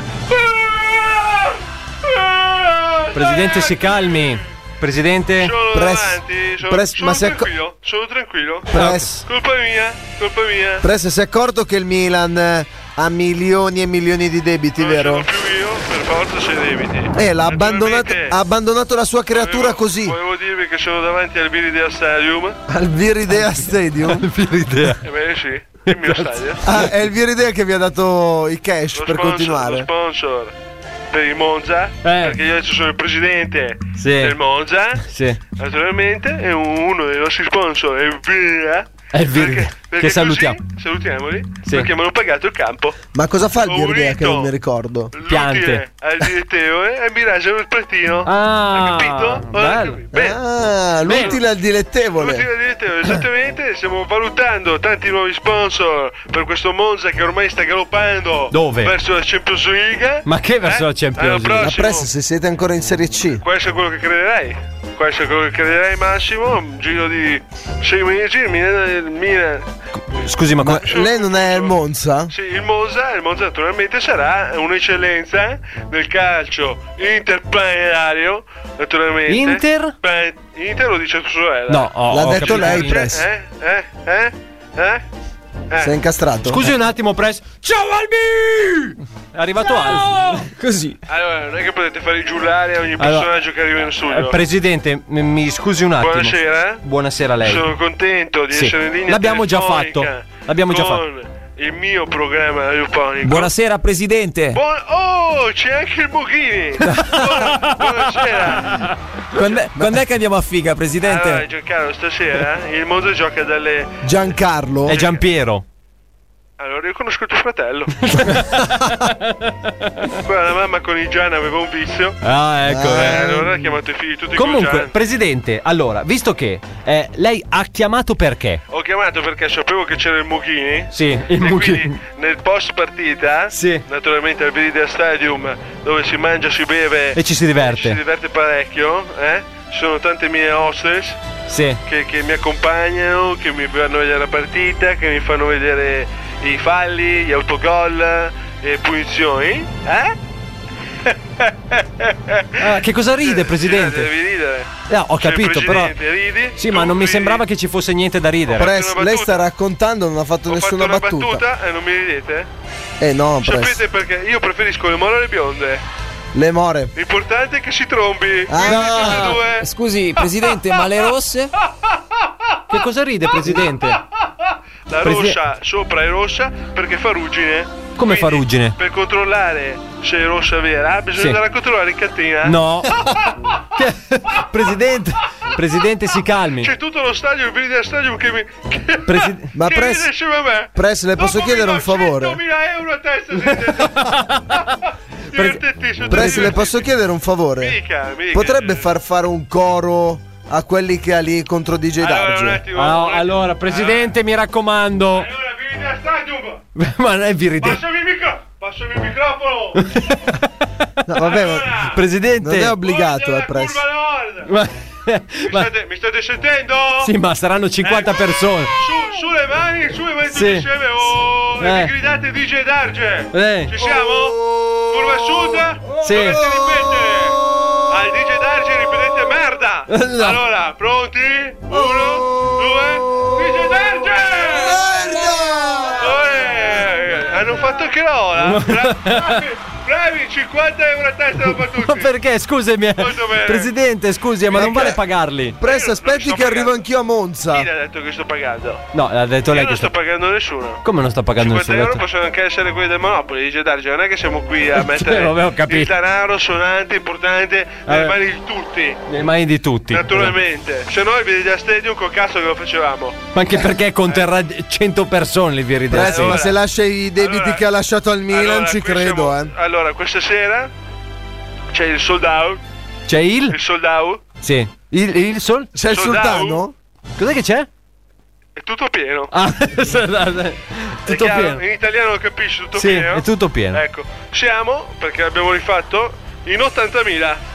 Presidente, si calmi. Presidente. Sono Press. davanti, sono, Press, sono ma se acco- tranquillo, sono tranquillo. Press. Colpa mia, colpa mia. Press, si è accorto che il Milan eh, ha milioni e milioni di debiti, Non vero? sono più io, per forza sei debiti. Eh, l'ha abbandonato, Naturalmente, ha abbandonato la sua creatura volevo- così. Volevo dirvi che sono davanti al Viridea Stadium. Al Viridea Stadium. Viridea. Ebbene sì, il mio stadio. Ah, è il Viridea che vi ha dato i cash Lo per sponsor- continuare. Lo sponsor per il Monza, perché io adesso sono il presidente Sì. del Monza. Sì. Naturalmente è uno dei nostri sponsor, è il Viridea. È il Viridea, Perché- perché che salutiamo. così, salutiamoli, Sì. perché mi hanno pagato il campo. Ma cosa fa il Ho Viridea che unito non mi ricordo? Piante. L'utile al direttore e mi rasano il platino. Ah, Hai capito? bello. Bene. Ah, Bene. l'utile al dilettevole. L'utile al direttore, esattamente. Stiamo valutando tanti nuovi sponsor per questo Monza che ormai sta galoppando Dove? verso la Champions League. Ma che verso Eh? la Champions L'anno League? Ma prossimo. Press, se siete ancora in Serie C. Questo è quello che crederai. Questo è quello che crederai, Massimo. Un giro di sei mesi. Il Milan. Il Milan Scusi, ma, Ma come- lei non è il Monza? Sì, il Monza, il Monza naturalmente sarà un'eccellenza del calcio interplanetario, naturalmente. Inter? Beh, Inter lo dice tua sorella. No, ho- L'ha ho detto capito. lei, Eh, Press. eh, eh, eh, eh, eh. Sei incastrato? Scusi un attimo, Press. Ciao Albi! È arrivato Albi. Così. Allora, non è che potete fare i giullari a ogni Allora, personaggio che arriva in Eh, studio. Presidente, m- mi scusi un attimo. Buonasera. Buonasera a lei. Sono contento di Sì, essere in linea l'abbiamo già telefonica fatto. L'abbiamo già con il mio programma radiofonico. Buonasera, presidente. Buon- oh, c'è anche il Mughini. Buona- Buonasera. Quando è, quando è che andiamo a figa, presidente? Allora, Giancarlo, stasera il Monza gioca dalle. Giancarlo? È Giampiero. Allora, io conosco tuo fratello. Poi la mamma con il Gian aveva un vizio. Ah, ecco. Eh, eh. allora ha chiamato i figli tutti con Comunque, Gian. presidente, allora, visto che eh, lei ha chiamato perché? Ho chiamato perché sapevo che c'era il Mughini. Sì, il E Mughini. quindi nel post partita, Sì. naturalmente al Viridea Stadium, dove si mangia, si beve E ci si diverte. ci si diverte parecchio, eh? Ci sono tante mie hostess Sì. che, che mi accompagnano, che mi fanno vedere la partita, che mi fanno vedere i falli, gli autogol, le punizioni, eh? Ah, che cosa ride, presidente? Devi ridere. No, ho Sei il capito, però. presidente, ridi, Sì, tu ma non mi ridi. sembrava che ci fosse niente da ridere. Press, una lei battuta. sta raccontando, non ha fatto Ho nessuna fatto una battuta. battuta e non mi ridete? Eh no, Press. Sapete perché? Io preferisco le more alle bionde. Le more. L'importante è che si trombi. Ah, Quindi no. tutte e due. Scusi, presidente, ma le rosse? Che cosa ride, presidente? La Presi- rossa sopra è rossa perché fa ruggine. Come fa Quindi, ruggine? Per controllare se è rossa vera bisogna Sì. andare a controllare in cantina. No. Che- Presidente, presidente, si calmi. C'è tutto lo stadio, il Viridea Stadium che mi. Che, Presi- Ma che Press- ride insieme a me. Press, le posso Dopo chiedere mi un do favore? centomila euro a testa. Divertentissimo. Press, le posso chiedere un favore? Mica, mica. Potrebbe far fare un coro a quelli che ha lì contro D J Allora, un Darge? attimo, Ah, un attimo. allora, presidente, mi raccomando. Allora, Viridea Stadium. Ma non è Viridea. Passami il micro. Passami il microfono. No, vabbè, ma Allora, Presidente. non è obbligato Voglio al la Press. curva nord. Ma- Mi, Ma- state, mi state sentendo? Sì, ma saranno cinquanta Ecco. persone. Su, sulle mani, sulle mani tutti Sì. insieme. Oh, Eh. e mi gridate D J Darge. Eh. Ci siamo? Curva sud? Sì. Dovete ripetere. Al D J Darge ripetete merda. No. Allora, pronti? Uno, due, D J Darge! Merda! Hanno fatto anche la ola. Bravi, bravi, cinquanta euro a testa per tutti. Ma perché? Scusami, Molto bene. Presidente, scusi, ma non vale pagarli. Presto, aspetti che arrivo anch'io a Monza. Chi l'ha detto che sto pagando? No, l'ha detto Io lei non che sto sta... pagando nessuno. Come non sta pagando cinquanta nessuno? euro possono anche essere quelli del Monopoli, dice Darge, non è che siamo qui a mettere vabbè, ho capito. il denaro sonante, importante, nelle Eh. mani di tutti. Nelle mani di tutti. Naturalmente. Se no il Vidigia Stadium col cazzo che lo facevamo. Ma anche perché conterrà cento persone lì vi ridete. Presto, ma se lascia i debiti allora- che ha lasciato al Milan Allora, ci qui credo, siamo- eh. Allora, questa sera c'è il sold out. C'è il? Il sold out. Sì. Il, il sol? C'è il Sold out? sultano? Cos'è che c'è? È tutto pieno. Ah, È tutto chiaro? pieno. In italiano lo capisci, tutto Sì, pieno? è tutto pieno. Ecco, siamo, perché l'abbiamo rifatto, in ottantamila.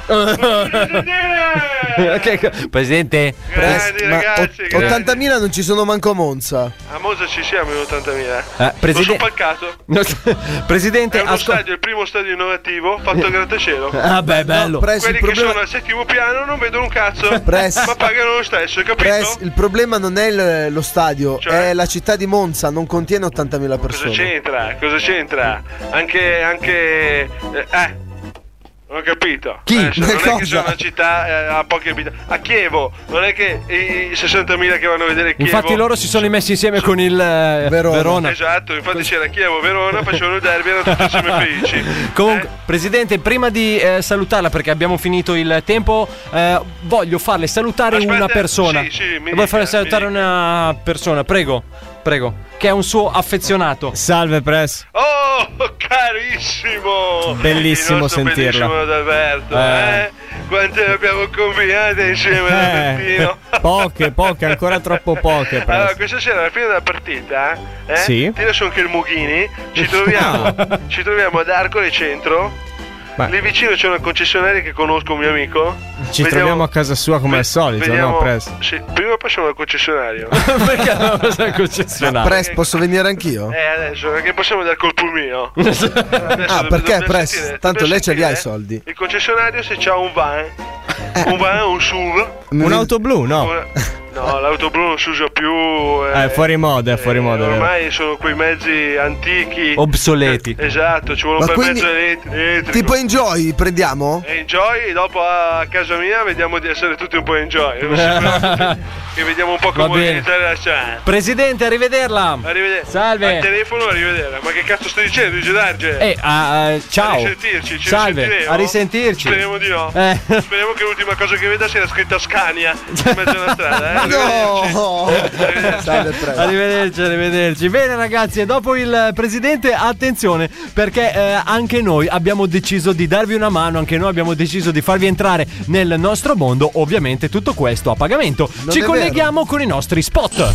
Che- Presidente, Grandi Ma ragazzi, ot- grandi. ottantamila non ci sono manco a Monza. A Monza ci siamo in ottantamila. Eh, Lo so Presidente, palcato. Presidente, È uno ascolta. stadio, il primo stadio innovativo fatto a grattacielo. Ah, beh, bello. Press, Quelli il che problema, sono al settimo piano non vedono un cazzo, Press. ma pagano lo stesso, hai capito? Press, il problema non è il- lo stadio, Cioè? è la città di Monza, non contiene ottantamila Cosa persone. c'entra? Cosa c'entra? Anche, anche, eh, eh, non ho capito. Chi? Adesso non è Cosa? che sono una città eh, a pochi abitanti. A Chievo, non è che i sessantamila che vanno a vedere Chievo. Infatti loro si sono messi insieme con il eh, Verona. Verona. Esatto, infatti c'era Chievo, Verona, facevano il derby, erano tutti insieme felici. Comunque, Eh? Presidente, prima di eh, salutarla, perché abbiamo finito il tempo, eh, voglio farle salutare Aspetta, una persona. sì, sì, mi voglio dica, farle mi salutare dica. una persona, prego, prego, che è un suo affezionato. Salve, Press. Oh, carissimo! Bellissimo Il nostro sentirla. bellissimo Adalberto, Eh. eh? Quante ne abbiamo combinate insieme da Eh, Bertino. poche, poche, ancora troppo poche, Allora, Press. questa sera alla fine della partita, eh? Sì. Tira su anche il Mughini. Ci troviamo, ci troviamo ad Arcole Centro. Ma- Lì vicino c'è una concessionaria che conosco, un mio amico. Ci troviamo a casa sua come al solito, vediamo- no, Press? Sì, prima passiamo al concessionario. Perché non lo sai concessionario? Press, posso venire anch'io? Eh, adesso, perché possiamo dare col pulmino. Ah, perché Press? Tanto lei ce li ha i soldi. Il concessionario se c'ha un van, un van, un S U V. Un'auto blu, no? una- No, l'auto blu non si usa più. Eh, è fuori moda, è fuori moda, vero? Ormai sono quei mezzi antichi. Obsoleti. Eh, Esatto, ci vuole Ma un bel quindi- mezzo elet- elettrico. Tipo Enjoy, prendiamo? E enjoy, dopo a casa mia vediamo di essere tutti un po' enjoy. Non si preoccupi, che vediamo un po' Va come bene. organizzare la chat. Presidente, arrivederla. Arrivederci. Salve. Al telefono, arrivederla. Ma che cazzo stai dicendo, dice Darge? Eh, ah, eh, ciao. A risentirci, ci Salve, risentiremo? a risentirci. Speriamo di no. Eh. Speriamo che l'ultima cosa che veda sia la scritta Scania in mezzo alla strada. Eh? Arrivederci. No! Salve, Press. Arrivederci, arrivederci. Bene ragazzi, e dopo il presidente, attenzione, perché eh, anche noi abbiamo deciso di darvi una mano, anche noi abbiamo deciso di farvi entrare nel nostro mondo, ovviamente tutto questo a pagamento. Non Ci è colleghiamo con i nostri spot.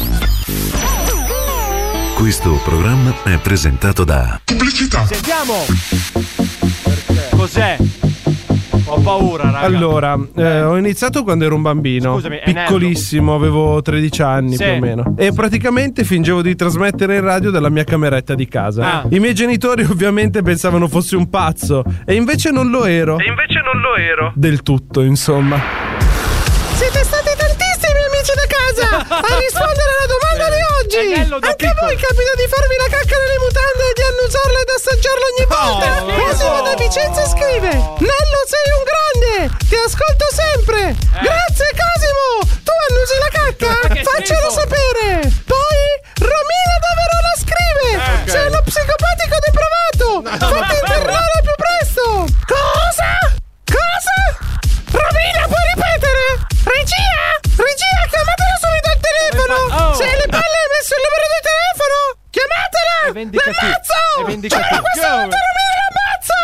Questo programma è presentato da Pubblicità. Sentiamo. Cos'è? Ho paura, raga. Allora, eh, ho iniziato quando ero un bambino, Scusami, è piccolissimo, avevo tredici anni Sì. più o meno. E praticamente fingevo di trasmettere in radio dalla mia cameretta di casa. Ah. I miei genitori ovviamente pensavano fossi un pazzo, e invece non lo ero. E invece non lo ero. Del tutto, insomma. Siete stati tantissimi amici da casa a rispondere alla domanda di oggi. È Nello da Anche a piccolo. voi capita di farvi la cacca nelle mutande e di annusarla ed assaggiarla ogni volta? che Cosimo schifo. da Vicenza scrive: Nello sei un grande, ti ascolto sempre. Grazie Cosimo, tu annusi la cacca? Ma che Faccelo schifo. sapere. Poi Romina da Verona scrive: ok. sei uno psicopatico depravato. Fatti internare al più presto. Cosa? Cosa? Romina, puoi ripetere? Regia? Regia, chiamatela subito al telefono! Oh. Se hai le palle hai messo il numero di telefono! Chiamatela! È vendicativo. L'ammazzo! È vendicativo. Ciao, questa notte Romina l'ammazzo!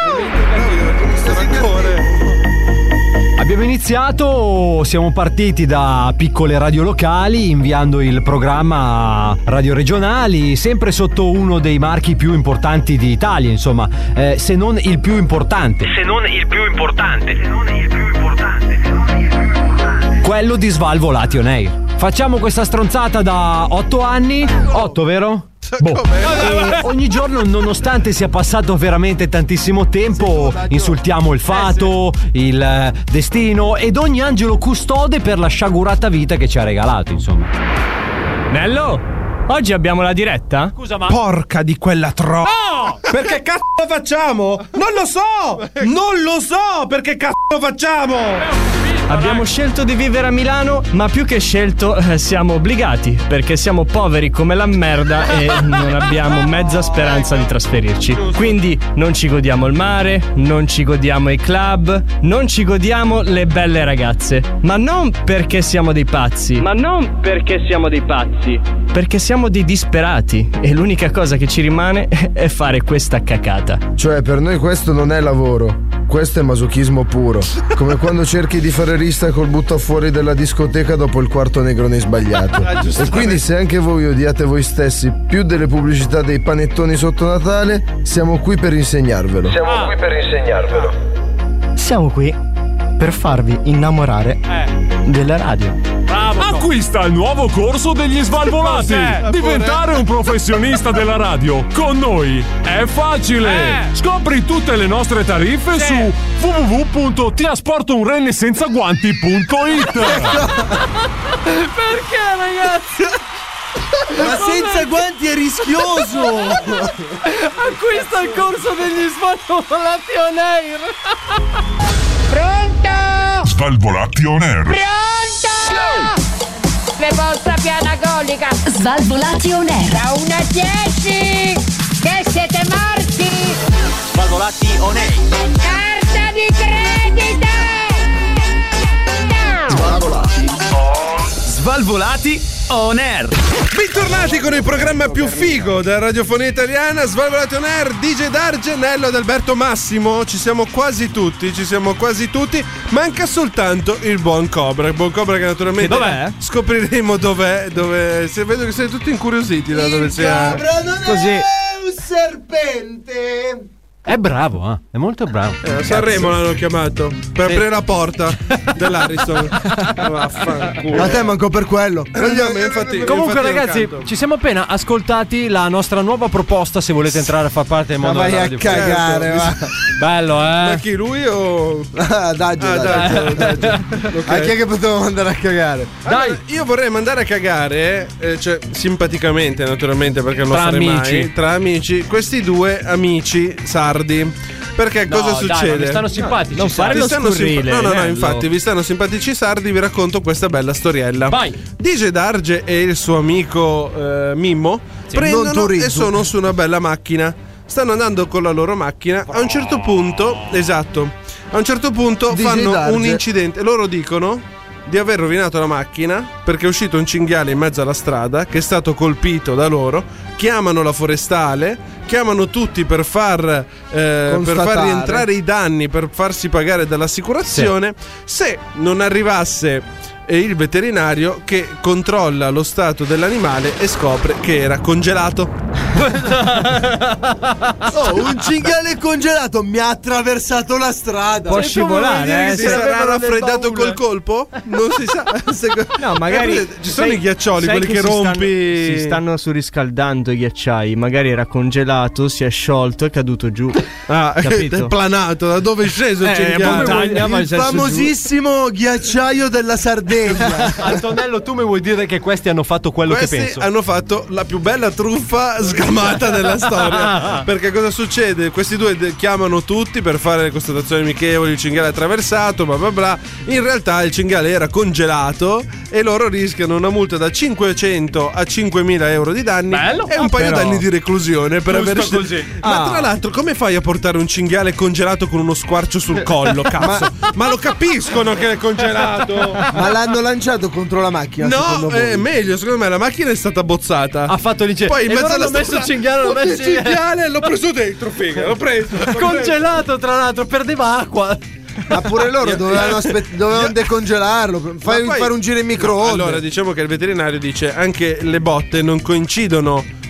Abbiamo iniziato, siamo partiti da piccole radio locali, inviando il programma a radio regionali, sempre sotto uno dei marchi più importanti d'Italia, insomma, eh, se non il più importante. Se non il più importante. Se non il più importante. Se non il più importante. quello di Svalvolati on Air. Facciamo questa stronzata da otto anni. otto, vero? Boh. E ogni giorno, nonostante sia passato veramente tantissimo tempo, insultiamo il fato, il destino ed ogni angelo custode per la sciagurata vita che ci ha regalato, insomma. Nello, oggi abbiamo la diretta? Scusa, ma porca di quella tro... Oh! Perché cazzo lo facciamo? Non lo so! Non lo so! Perché cazzo lo facciamo? Abbiamo scelto di vivere a Milano, ma più che scelto eh, siamo obbligati, perché siamo poveri come la merda e non abbiamo mezza speranza di trasferirci. Quindi non ci godiamo il mare, non ci godiamo i club, non ci godiamo le belle ragazze. Ma non perché siamo dei pazzi, ma non perché siamo dei pazzi, perché siamo dei disperati e l'unica cosa che ci rimane è fare questa cacata. Cioè, per noi questo non è lavoro, questo è masochismo puro. Come quando cerchi di fare rista col butta fuori della discoteca dopo il quarto negrone sbagliato. E quindi se anche voi odiate voi stessi più delle pubblicità dei panettoni sotto Natale, siamo qui per insegnarvelo. Siamo qui per insegnarvelo. Siamo qui per farvi innamorare della radio. Bravo, acquista il nuovo corso degli Svalvolati. Diventare un professionista della radio con noi è facile. Eh. Scopri tutte le nostre tariffe sì. su w w w punto ti asporto un renne senza guanti punto it. Perché, ragazzi? Ma senza guanti è rischioso. Acquista il corso degli Svalvolati on Air. Pronto? Svalvolati on Air. Pronto? Le vostra piana colica. Svalvolati on Air. Da uno a dieci. Che siete morti. Svalvolati on Air. Carta di credito. Svalvolati. Svalvolati on Air. Bentornati con il programma più figo della radiofonia italiana, Svalvolati on Air, D J Darge, Nello ed Alberto Massimo. Ci siamo quasi tutti, ci siamo quasi tutti. Manca soltanto il buon Cobra. Il buon Cobra che naturalmente che dov'è? Scopriremo dov'è. Dove se vedo che siete tutti incuriositi da dove sia. Cobra non così. È un serpente. È bravo, eh? È molto bravo. Eh, a Sanremo l'hanno chiamato per sì. aprire la porta dell'Ariston. Vaffanculo. A te manco per quello. Andiamo, infatti, Comunque, infatti ragazzi, ci siamo appena ascoltati la nostra nuova proposta. Se volete entrare a far parte del mondo vai della a radio. cagare, va. Bello, eh? Ma chi, lui o. Ah, Daggio, ah, Daggio, Daggio. Okay. A chi è che potevo mandare a cagare? Allora, dai, io vorrei mandare a cagare, eh, cioè simpaticamente, naturalmente, perché non lo tra farei amici. mai. Tra amici, questi due amici sardi. Perché no, cosa dai, succede? mi stanno simpatici. Non fare lo stanno scurrile, simpa- No, no, no, Nello. infatti, vi stanno simpatici sardi. Vi racconto questa bella storiella. Vai. D J Darge e il suo amico eh, Mimmo sì, prendono e sono su una bella macchina. Stanno andando con la loro macchina. A un certo punto, esatto, a un certo punto D J fanno Darge. un incidente. Loro dicono di aver rovinato la macchina perché è uscito un cinghiale in mezzo alla strada che è stato colpito da loro. Chiamano la forestale, chiamano tutti per far, eh, per far rientrare i danni, per farsi pagare dall'assicurazione. Sì. Se non arrivasse eh, il veterinario che controlla lo stato dell'animale e scopre che era congelato. Oh, un cinghiale congelato mi ha attraversato la strada. Può scivolare, eh, si sarà raffreddato col colpo? Non si sa. No, magari eh, ci sono sai, i ghiaccioli, sai quelli che, che si rompi. Stanno, si stanno surriscaldando i ghiacciai. Magari era congelato, si è sciolto e è caduto giù. Ah, capito? È planato. Da dove è sceso il Eh, cinghiale? montagna, ma Il famosissimo ghiacciaio della Sardegna. Antonello, tu mi vuoi dire che questi hanno fatto quello Questi che penso? hanno fatto la più bella truffa sgamata della storia. Perché cosa succede? Questi due de- chiamano tutti per fare le constatazioni amichevoli. Il cinghiale è attraversato, bla bla bla. In realtà il cinghiale era congelato e loro rischiano una multa da cinquecento a cinquemila euro di danni. Bello. E un Ah, paio però. d'anni di reclusione per Giusto aver così. Ma Ah. tra l'altro, come fai a portare un cinghiale congelato con uno squarcio sul collo? Cazzo, ma, ma lo capiscono che è congelato? Ma l'hanno lanciato contro la macchina? No, è meglio, secondo me la macchina è stata bozzata. Ha fatto l'incidente. Poi in E mezzo loro alla hanno messo strada- il cinghiale, l'hanno Oh, messo il cinghiale, l'ho preso dentro, figa, l'ho preso. l'ho Congelato, tra l'altro, perdeva acqua. Ma pure loro dovevano, aspe- dovevano decongelarlo. Fai Ma poi- fare un giro in microonde. No, allora diciamo che il veterinario dice anche le botte non coincidono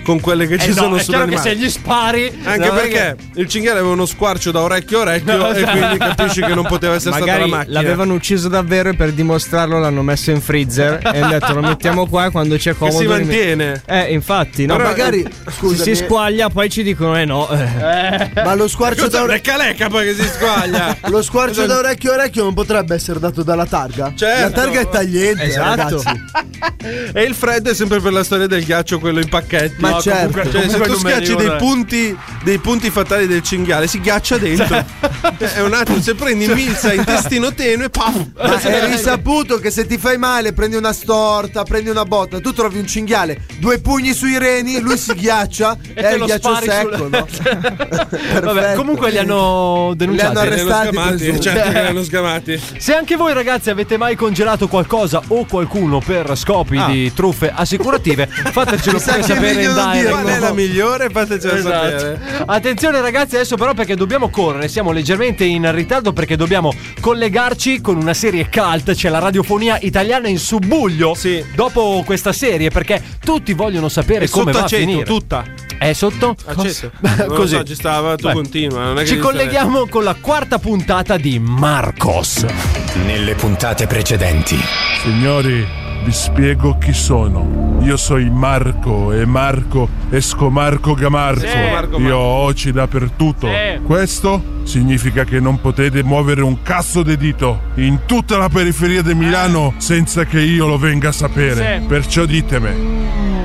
con quelle che Eh ci no, sono è chiaro che sull'animale. se gli spari. Anche no, perché il cinghiale aveva uno squarcio da orecchio a orecchio No, e quindi capisci che non poteva essere Magari stata la macchina. l'avevano ucciso davvero e per dimostrarlo l'hanno messo in freezer e hanno detto lo mettiamo qua e quando c'è comodo si rim- mantiene. Eh infatti no, Ma magari, si, scusami, si squaglia poi ci dicono eh no eh. ma lo squarcio da orecchio Lecca lecca poi che si squaglia. Lo squarcio da orecchio a orecchio non potrebbe essere dato dalla targa? Certo. La targa è tagliente, Esatto. ragazzi. E il freddo è sempre per la storia del ghiaccio, quello in pacchetti. Ma No, certo. comunque, cioè, se comunque tu non me schiacci ne dei vorrei. punti, dei punti fatali del cinghiale, si ghiaccia dentro. È un attimo, se prendi milza intestino tenue, paf. Ma è risaputo che se ti fai male, prendi una storta, prendi una botta, tu trovi un cinghiale, due pugni sui reni, lui si ghiaccia e, te è il lo ghiaccio spari secco, sul- no? Vabbè, comunque li hanno denunciati. Li hanno Li hanno arrestati, sgamati, presumo. certo che li hanno sgamati. Se anche voi ragazzi avete mai congelato qualcosa o qualcuno per scopi Ah. di truffe assicurative, fatecelo Mi sa pure che è sapere in meglio non direct. dirlo. Qual è la migliore? Fatecelo Esatto. sapere. Attenzione ragazzi adesso però perché dobbiamo correre, siamo leggermente in ritardo perché dobbiamo collegarci con una serie cult, c'è la radiofonia italiana in subbuglio Sì. dopo questa serie perché tutti vogliono sapere È come va a sottaceto, finire. tutta. È sotto? Aceto. Non lo Così. so, ci stava, tu Beh, continua. Non è che Ci devi colleghiamo con la quarta puntata di Marcos. Nelle puntate precedenti. Signori, vi spiego chi sono. Io sono Marco e Marco esco Marco Gamarco. Sì. Marco, Io Marco. ho oci dappertutto. Sì. Questo significa che non potete muovere un cazzo di dito in tutta la periferia di Milano senza che io lo venga a sapere. Sì. Perciò ditemi,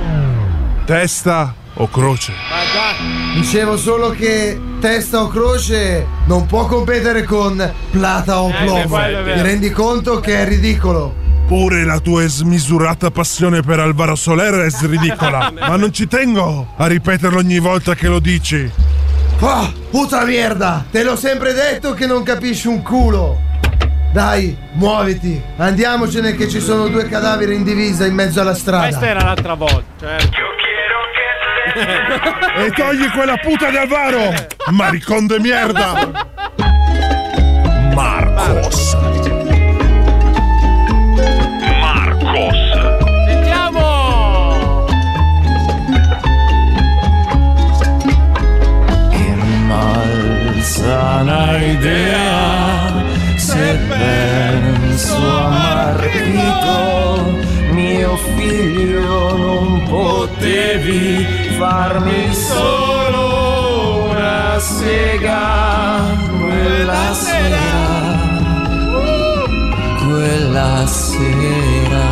testa o croce? Dicevo solo che testa o croce non può competere con plata o Eh, plomo. quello è vero. Ti rendi conto che è ridicolo? Pure la tua smisurata passione per Alvaro Soler è sridicola. Ma non ci tengo a ripeterlo ogni volta che lo dici. Ah, puta merda! Te l'ho sempre detto che non capisci un culo! Dai, muoviti! Andiamocene che ci sono due cadaveri in divisa in mezzo alla strada. Questa era l'altra volta. Certo. E togli quella puta di Alvaro! Maricon de merda! Marcos. Marcos. Sentiamo! Che malsana idea se penso a Marchito, mio figlio, non potevi farmi solo una sega quella sera, quella sera,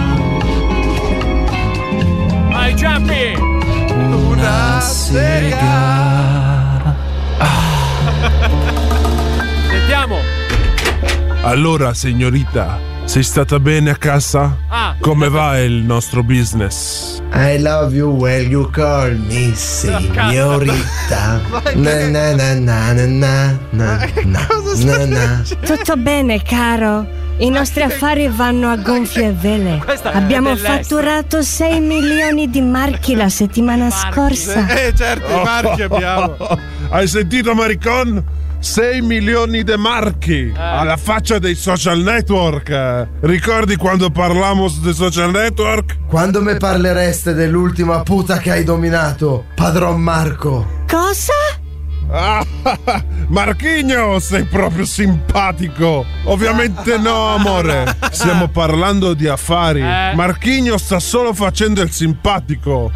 Vai Giampi! una sega. Sentiamo! Allora, signorita, sei stata bene a casa? Ah. Come va il nostro business? I love you when you call me signorita. Na na na na na na na na na na. Tutto bene, caro. I nostri affari vanno a gonfie vele. Questa è Abbiamo dell'est. fatturato sei milioni di marchi la settimana scorsa. Eh, certo, i marchi abbiamo. Hai sentito, Maricon? sei milioni di marchi alla faccia dei social network. Ricordi quando parlammo dei social network? Quando me parlereste dell'ultima puta che hai dominato, padron Marco? Cosa? Ah, Marchigno, sei proprio simpatico. Ovviamente no, amore. Stiamo parlando di affari. Marchigno sta solo facendo il simpatico.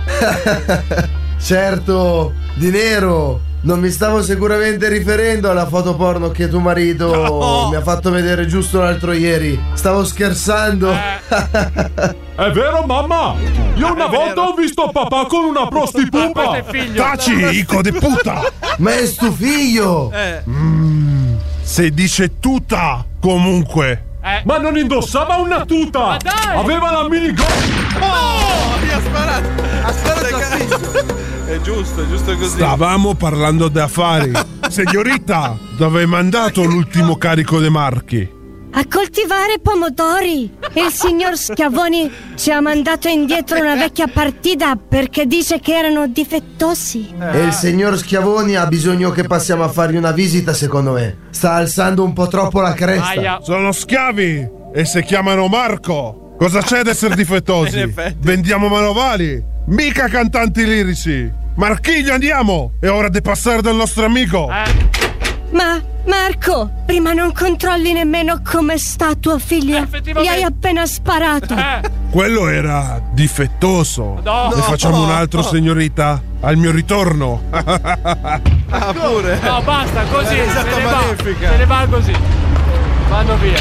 Certo, di nero. Non mi stavo sicuramente riferendo alla foto porno che tuo marito No. mi ha fatto vedere giusto l'altro ieri. Stavo scherzando. È vero, mamma? Io una volta ho visto papà con una prostituta. Taci, ico di puta. Ma è sto figlio. Mm, se dice tuta, comunque. Ma non indossava una tuta. Aveva la minigun. Oh, gli ha sparato. Ha sparato al figlio. È giusto, è giusto così. Stavamo parlando di affari. Signorita, dove hai mandato l'ultimo carico dei marchi? A coltivare pomodori. Il signor Schiavoni ci ha mandato indietro una vecchia partita perché dice che erano difettosi. E il signor Schiavoni ha bisogno che passiamo a fargli una visita, secondo me. Sta alzando un po' troppo la cresta. Sono schiavi e si chiamano Marco. Cosa c'è ad essere In difettosi? effetti. Vendiamo manovali. Mica cantanti lirici. Marchiglio, andiamo! È ora di passare dal nostro amico. Ma, Marco, prima non controlli nemmeno come sta tuo figlio. Gli hai appena sparato. Quello era difettoso. No. Ne facciamo No. un altro, signorita? Al mio ritorno. Ah, pure. No, basta, così. È se stata ne va. malefica. Se ne va così. Vanno via.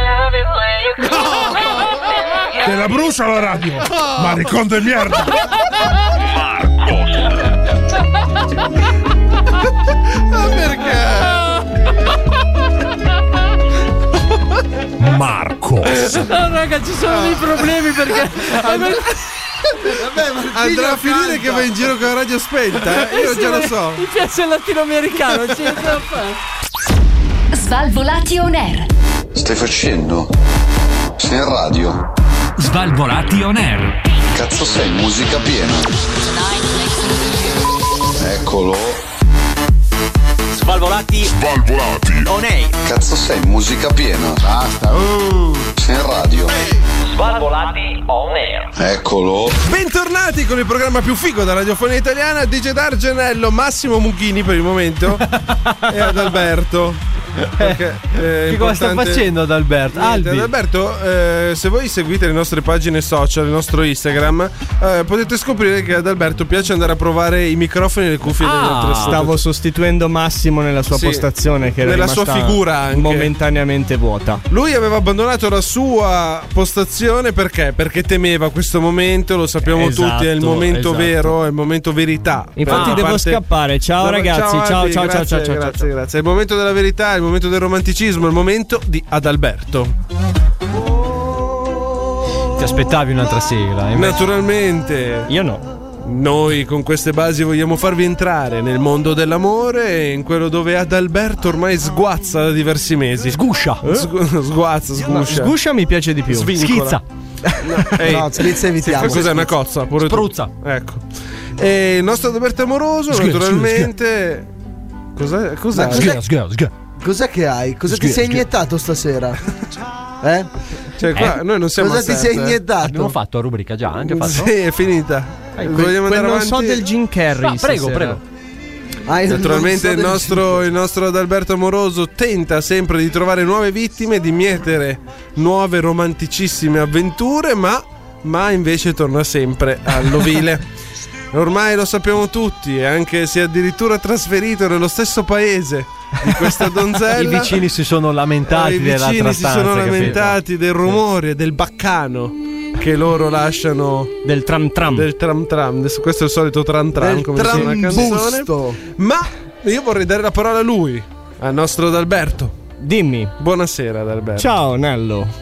Te la brucia la radio. Maricon de merda. Ma perché? Marcos. No, raga, ci sono dei problemi perché. Andrà a finire che va in giro con la radio spenta. Eh? Io Sì, già lo ma so. Mi piace il latinoamericano. Ci da fare. Svalvolati on air. Stai facendo? Sei in radio? Svalvolati on air. Cazzo sei, musica piena. Eccolo. Svalvolati. Svalvolati. On air. Cazzo sei, musica piena. Basta. Uh. Sei in radio. Svalvolati on air. Eccolo. Bentornati con il programma più figo della radiofonia italiana. D J D'Argenello, Massimo Mughini per il momento e Adalberto. Perché, eh, che cosa sta importante- facendo Adalberto? Niente, Albi. Adalberto, eh, se voi seguite le nostre pagine social, il nostro Instagram, eh, potete scoprire che ad Alberto piace andare a provare i microfoni e le cuffie delle Ah, altre stavo sostituendo Massimo nella sua Sì, postazione che era nella rimasta sua figura anche. momentaneamente vuota. Lui aveva abbandonato la sua postazione perché? Perché temeva questo momento, lo sappiamo Esatto, tutti, è il momento esatto. vero, è il momento verità. Infatti Per devo parte- scappare. Ciao No, ragazzi, ciao Albi, ciao ciao grazie, ciao ciao. grazie, grazie. È il momento della verità, è il momento del romanticismo, è il momento di Adalberto. Ti aspettavi un'altra sigla? invece- Naturalmente. Io no. Noi con queste basi vogliamo farvi entrare nel mondo dell'amore, in quello dove Adalberto ormai sguazza da diversi mesi. Sguscia. Sgu- sguazza, No, sguscia. sguscia mi piace di più. Svincola. Schizza. Ehi, No, schizza evitiamo. Cos'è una cozza? Pure tu. Spruzza. Ecco. E il nostro Adalberto amoroso, Sghi- naturalmente. Cos'è? Cos'è? Ma cos'è? Sghi- sghi- sghi- Cos'è che hai? Cosa ti Sghi- sei sghi- iniettato stasera? Eh? Cioè, qua noi non siamo Cosa a ti sette, sei eh. iniettato? Abbiamo fatto la rubrica già, anche fatto. Sì, è finita. Eh, Vogliamo quel, quel andare non avanti? so del Jim Carrey. No, prego, stasera. prego. Ah, io non Naturalmente so il del nostro, il nostro Adalberto amoroso tenta sempre di trovare nuove vittime, di mietere nuove romanticissime avventure, ma, ma invece torna sempre all'ovile. Ormai lo sappiamo tutti, e anche si è addirittura trasferito nello stesso paese di questa donzella. I vicini si sono lamentati Eh, I dell'altra vicini si stanza, sono capito? lamentati del rumore, del baccano che loro lasciano, Del tram tram. del tram tram. Adesso questo è il solito tram tram, Del come dice una canzone. trambusto. Ma io vorrei dare la parola a lui, al nostro Adalberto. Dimmi. Buonasera Adalberto. Ciao Nello.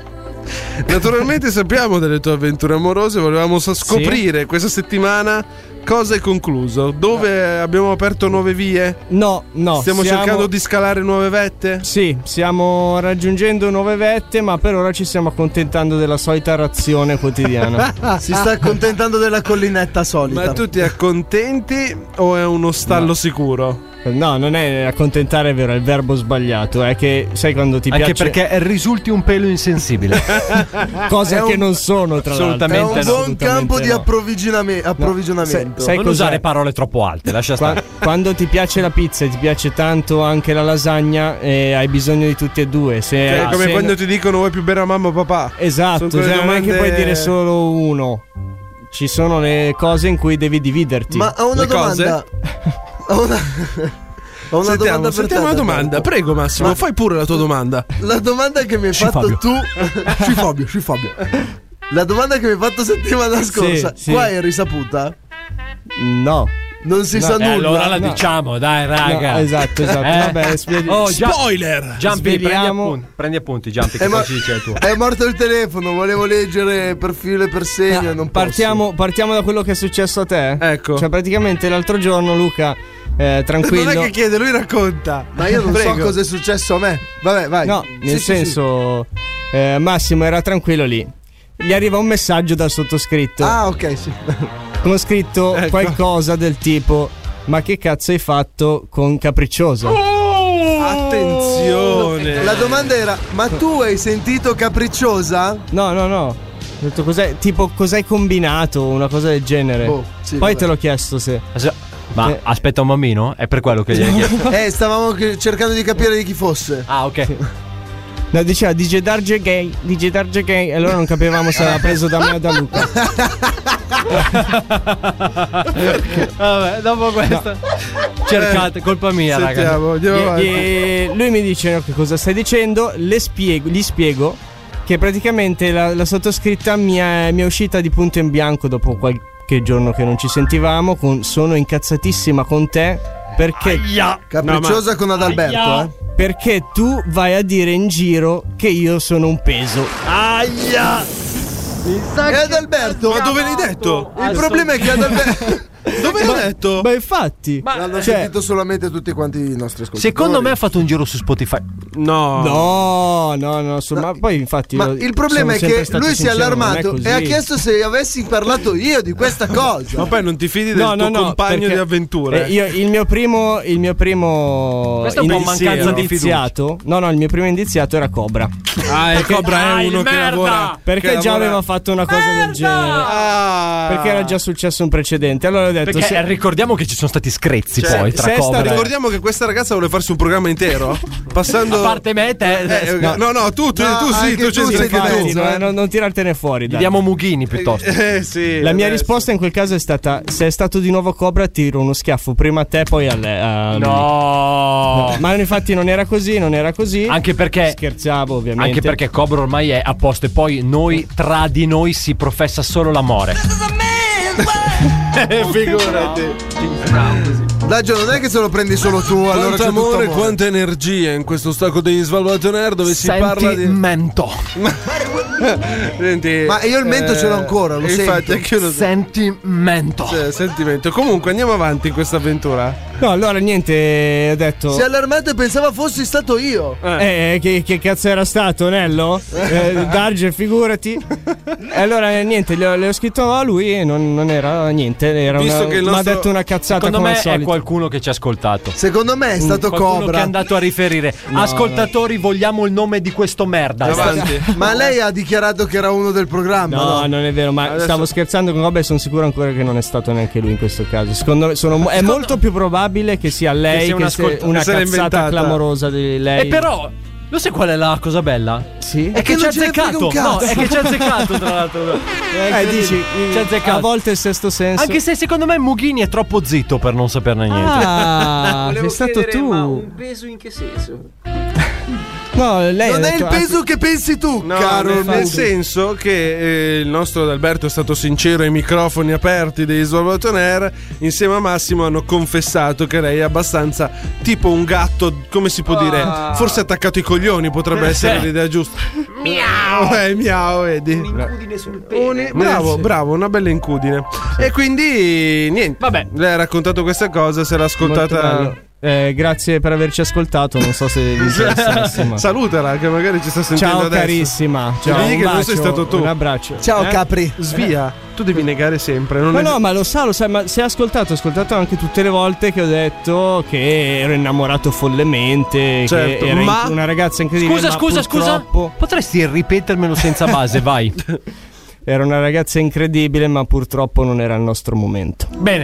Naturalmente sappiamo delle tue avventure amorose, volevamo sa- scoprire questa settimana cosa è concluso, dove abbiamo aperto nuove vie. No, no. Stiamo siamo- cercando di scalare nuove vette. Sì, stiamo raggiungendo nuove vette, ma per ora ci stiamo accontentando della solita razione quotidiana. Si sta accontentando della collinetta solita. Ma tu ti accontenti o è uno stallo sicuro? No, non è accontentare, è vero, è il verbo sbagliato. È che sai quando ti Anche piace. perché risulti un pelo insensibile. Cosa È che un- non sono, tra Assolutamente È un l'altro. buon Assolutamente campo di no. approvvigioname- approvvigionamento. sai non cos'è? usare parole troppo alte, lascia Qua- stare. quando ti piace la pizza e ti piace tanto anche la lasagna, eh, hai bisogno di tutti e due. Se, Cioè, come se- quando ti dicono vuoi più bere a mamma o papà. Esatto, Sono quelle cioè, non è che domande- puoi dire solo uno. Ci sono le cose in cui devi dividerti. Ma ho una Le cose? domanda. Ho una, ho una Sentiamo, domanda per sentiamo te, una domanda. Adalberto. Prego Massimo, Ma- fai pure la tua domanda. La domanda che mi hai Sì, fatto Fabio. tu. Sì, Fabio, sì, Fabio. La domanda che mi hai fatto settimana scorsa, sì. qua è risaputa? No. Non si No, sa Eh, nulla. allora la no. diciamo, dai, raga. No, esatto, esatto. Eh? Vabbè, spieghi- Oh, Gia- Spoiler! Giampi, prendi Sveliamo- appunti, prendi appunti, Giampi, che Eh, ma- poi ci dice il tuo. È morto il telefono, volevo leggere per filo e per segno. Ah, non posso. partiamo, partiamo da quello che è successo a te. Ecco. Cioè, praticamente l'altro giorno, Luca, eh, tranquillo. Non è che chiede, lui racconta. Ma io non Prego. so cosa è successo a me. Vabbè, vai. No, Sì, nel sì, senso, eh, Massimo era tranquillo lì. Gli arriva un messaggio dal sottoscritto sì. Ah, ok, sì. con scritto Ecco. qualcosa del tipo: ma che cazzo hai fatto con Capriccioso? Attenzione. La domanda era: ma tu hai sentito Capricciosa? No, no, no. Ho detto cos'è, tipo cos'hai combinato, una cosa del genere. Boh, sì, Poi vabbè. te l'ho chiesto se. Ma Eh. aspetta un bambino? È per quello che gli hai chiesto. Eh, stavamo che- cercando di capire di chi fosse. Ah, ok. No, diceva D J Darge gay, D J Darge gay, e allora non capivamo se aveva preso da me o da Luca. Vabbè, dopo questa cercate, colpa mia, Sentiamo, andiamo E- avanti. e lui mi dice no, che cosa stai dicendo, le spiego, gli spiego che praticamente la, la sottoscritta mi è, mi è uscita di punto in bianco dopo qualche giorno che non ci sentivamo, con, sono incazzatissima con te perché Capricciosa con Adalberto, eh. perché tu vai a dire in giro che io sono un peso. Aia! E Adalberto? Ma dove l'hai detto? Il problema è che Adalberto. Dove l'hai detto? Ma infatti, L'hanno cioè- sentito solamente tutti quanti i nostri ascoltatori. Secondo me ha fatto un giro su Spotify. No. No, no, no, su- ma poi infatti Ma lo- il problema sono è sempre che stato lui si è sincero, non allarmato così. e ha chiesto se avessi parlato io di questa cosa. Ma poi non ti fidi del No, tuo no, no, compagno perché- di avventure. Eh, io, il mio primo, il mio primo Questa è un po' indizio- mancanza di indiziato. No, no, il mio primo indiziato era Cobra. Ah, e Cobra Ah, è il uno che merda! lavora. Perché che già lavora- aveva fatto una cosa del genere. Ah. Perché era già successo un precedente. Allora ho detto Perché se- ricordiamo che ci sono stati screzzi Cioè, poi tra se è Cobra stato- e- Ricordiamo che questa ragazza vuole farsi un programma intero. Passando. A parte me e te, Eh, No. no, no, tu, tu, No, tu sì, anche tu, tu c'entri sei anche di tu. mezzo, no, eh. non, non tirartene fuori. gli Dai. diamo Mughini piuttosto. Eh sì. La mia adesso. risposta in quel caso è stata: se è stato di nuovo Cobra, tiro uno schiaffo prima a te, poi a lei. a lui. No. Ma infatti non era così, non era così. Anche perché Scherzavo, ovviamente. Anche perché Cobra ormai è a posto e poi noi tra di noi si professa solo l'amore. Eh, figurati. Daggio, non è che se lo prendi solo tu, allora Quanto c'è tutto amore, amore. quanta energia in questo stacco degli Svalvolati on Air dove si parla di. Sentimento. Senti, Ma io il mento ce l'ho ancora, lo infatti, sento. anche io lo Sentimento. Cioè, sentimento. Comunque andiamo avanti in questa avventura. No, allora niente, ho detto. Si è allarmato e pensava fossi stato io. Eh, che, che cazzo era stato, Nello? Eh, Darge, figurati. E allora eh, niente, le ho, le ho scritto a lui e non, non era niente. Era Visto una, che il mi ha nostro- detto una cazzata Secondo come me al è solito. qualcuno che ci ha ascoltato. Secondo me è stato Qualcuno Cobra. che è andato a riferire. No, Ascoltatori, vogliamo il nome di questo merda. Avanti. Ma lei ha dichiarato che era uno del programma. No, No, non è vero, ma Adesso- stavo scherzando con Rob e sono sicuro ancora che non è stato neanche lui in questo caso. Secondo me sono- è molto più probabile che sia lei Che sia che un sia ascolt- una che se l'è cazzata inventata. clamorosa di lei. E però, lo sai qual è la cosa bella? Sì. È che, che ci ha non ce ne frega azzeccato. un No, cazzo. è che ci ha azzeccato, tra l'altro. Eh, dici, Ci ha azzeccato. a volte il sesto senso. Anche se secondo me Mughini è troppo zitto per non saperne niente. Ah, sei stato tu. peso in che senso? No, lei ha non è detto- il peso che pensi tu, No, caro. nel, nel Mugi. senso che eh, il nostro Adalberto è stato sincero ai microfoni aperti degli Svalvolati on Air. Insieme a Massimo hanno confessato che lei è abbastanza tipo un gatto, come si può dire, forse attaccato ai coglioni potrebbe essere l'idea giusta. Miau. Eh, miau, vedi. Incudine sul pene. Uni- Bravo, bravo, una bella incudine. E quindi niente. Vabbè. Lei ha raccontato questa cosa, se l'ha Molto ascoltata. bello. Eh, grazie per averci ascoltato. Non so se vi interessasse, ma- Salutala, che magari ci sta sentendo Ciao adesso. carissima. Ciao, Digli un che non bacio, sei stato tu. Un abbraccio. Ciao, Eh? Capri. Svia, tu devi negare sempre. Non No, è- no, ma lo sa, lo sa, ma se ha ascoltato, ha ascoltato anche tutte le volte che ho detto che ero innamorato follemente, Certo, che era ma- una ragazza incredibile. Scusa, ma scusa, scusa. purtroppo Potresti ripetermelo senza base, vai. Era una ragazza incredibile, ma purtroppo non era il nostro momento. Bene.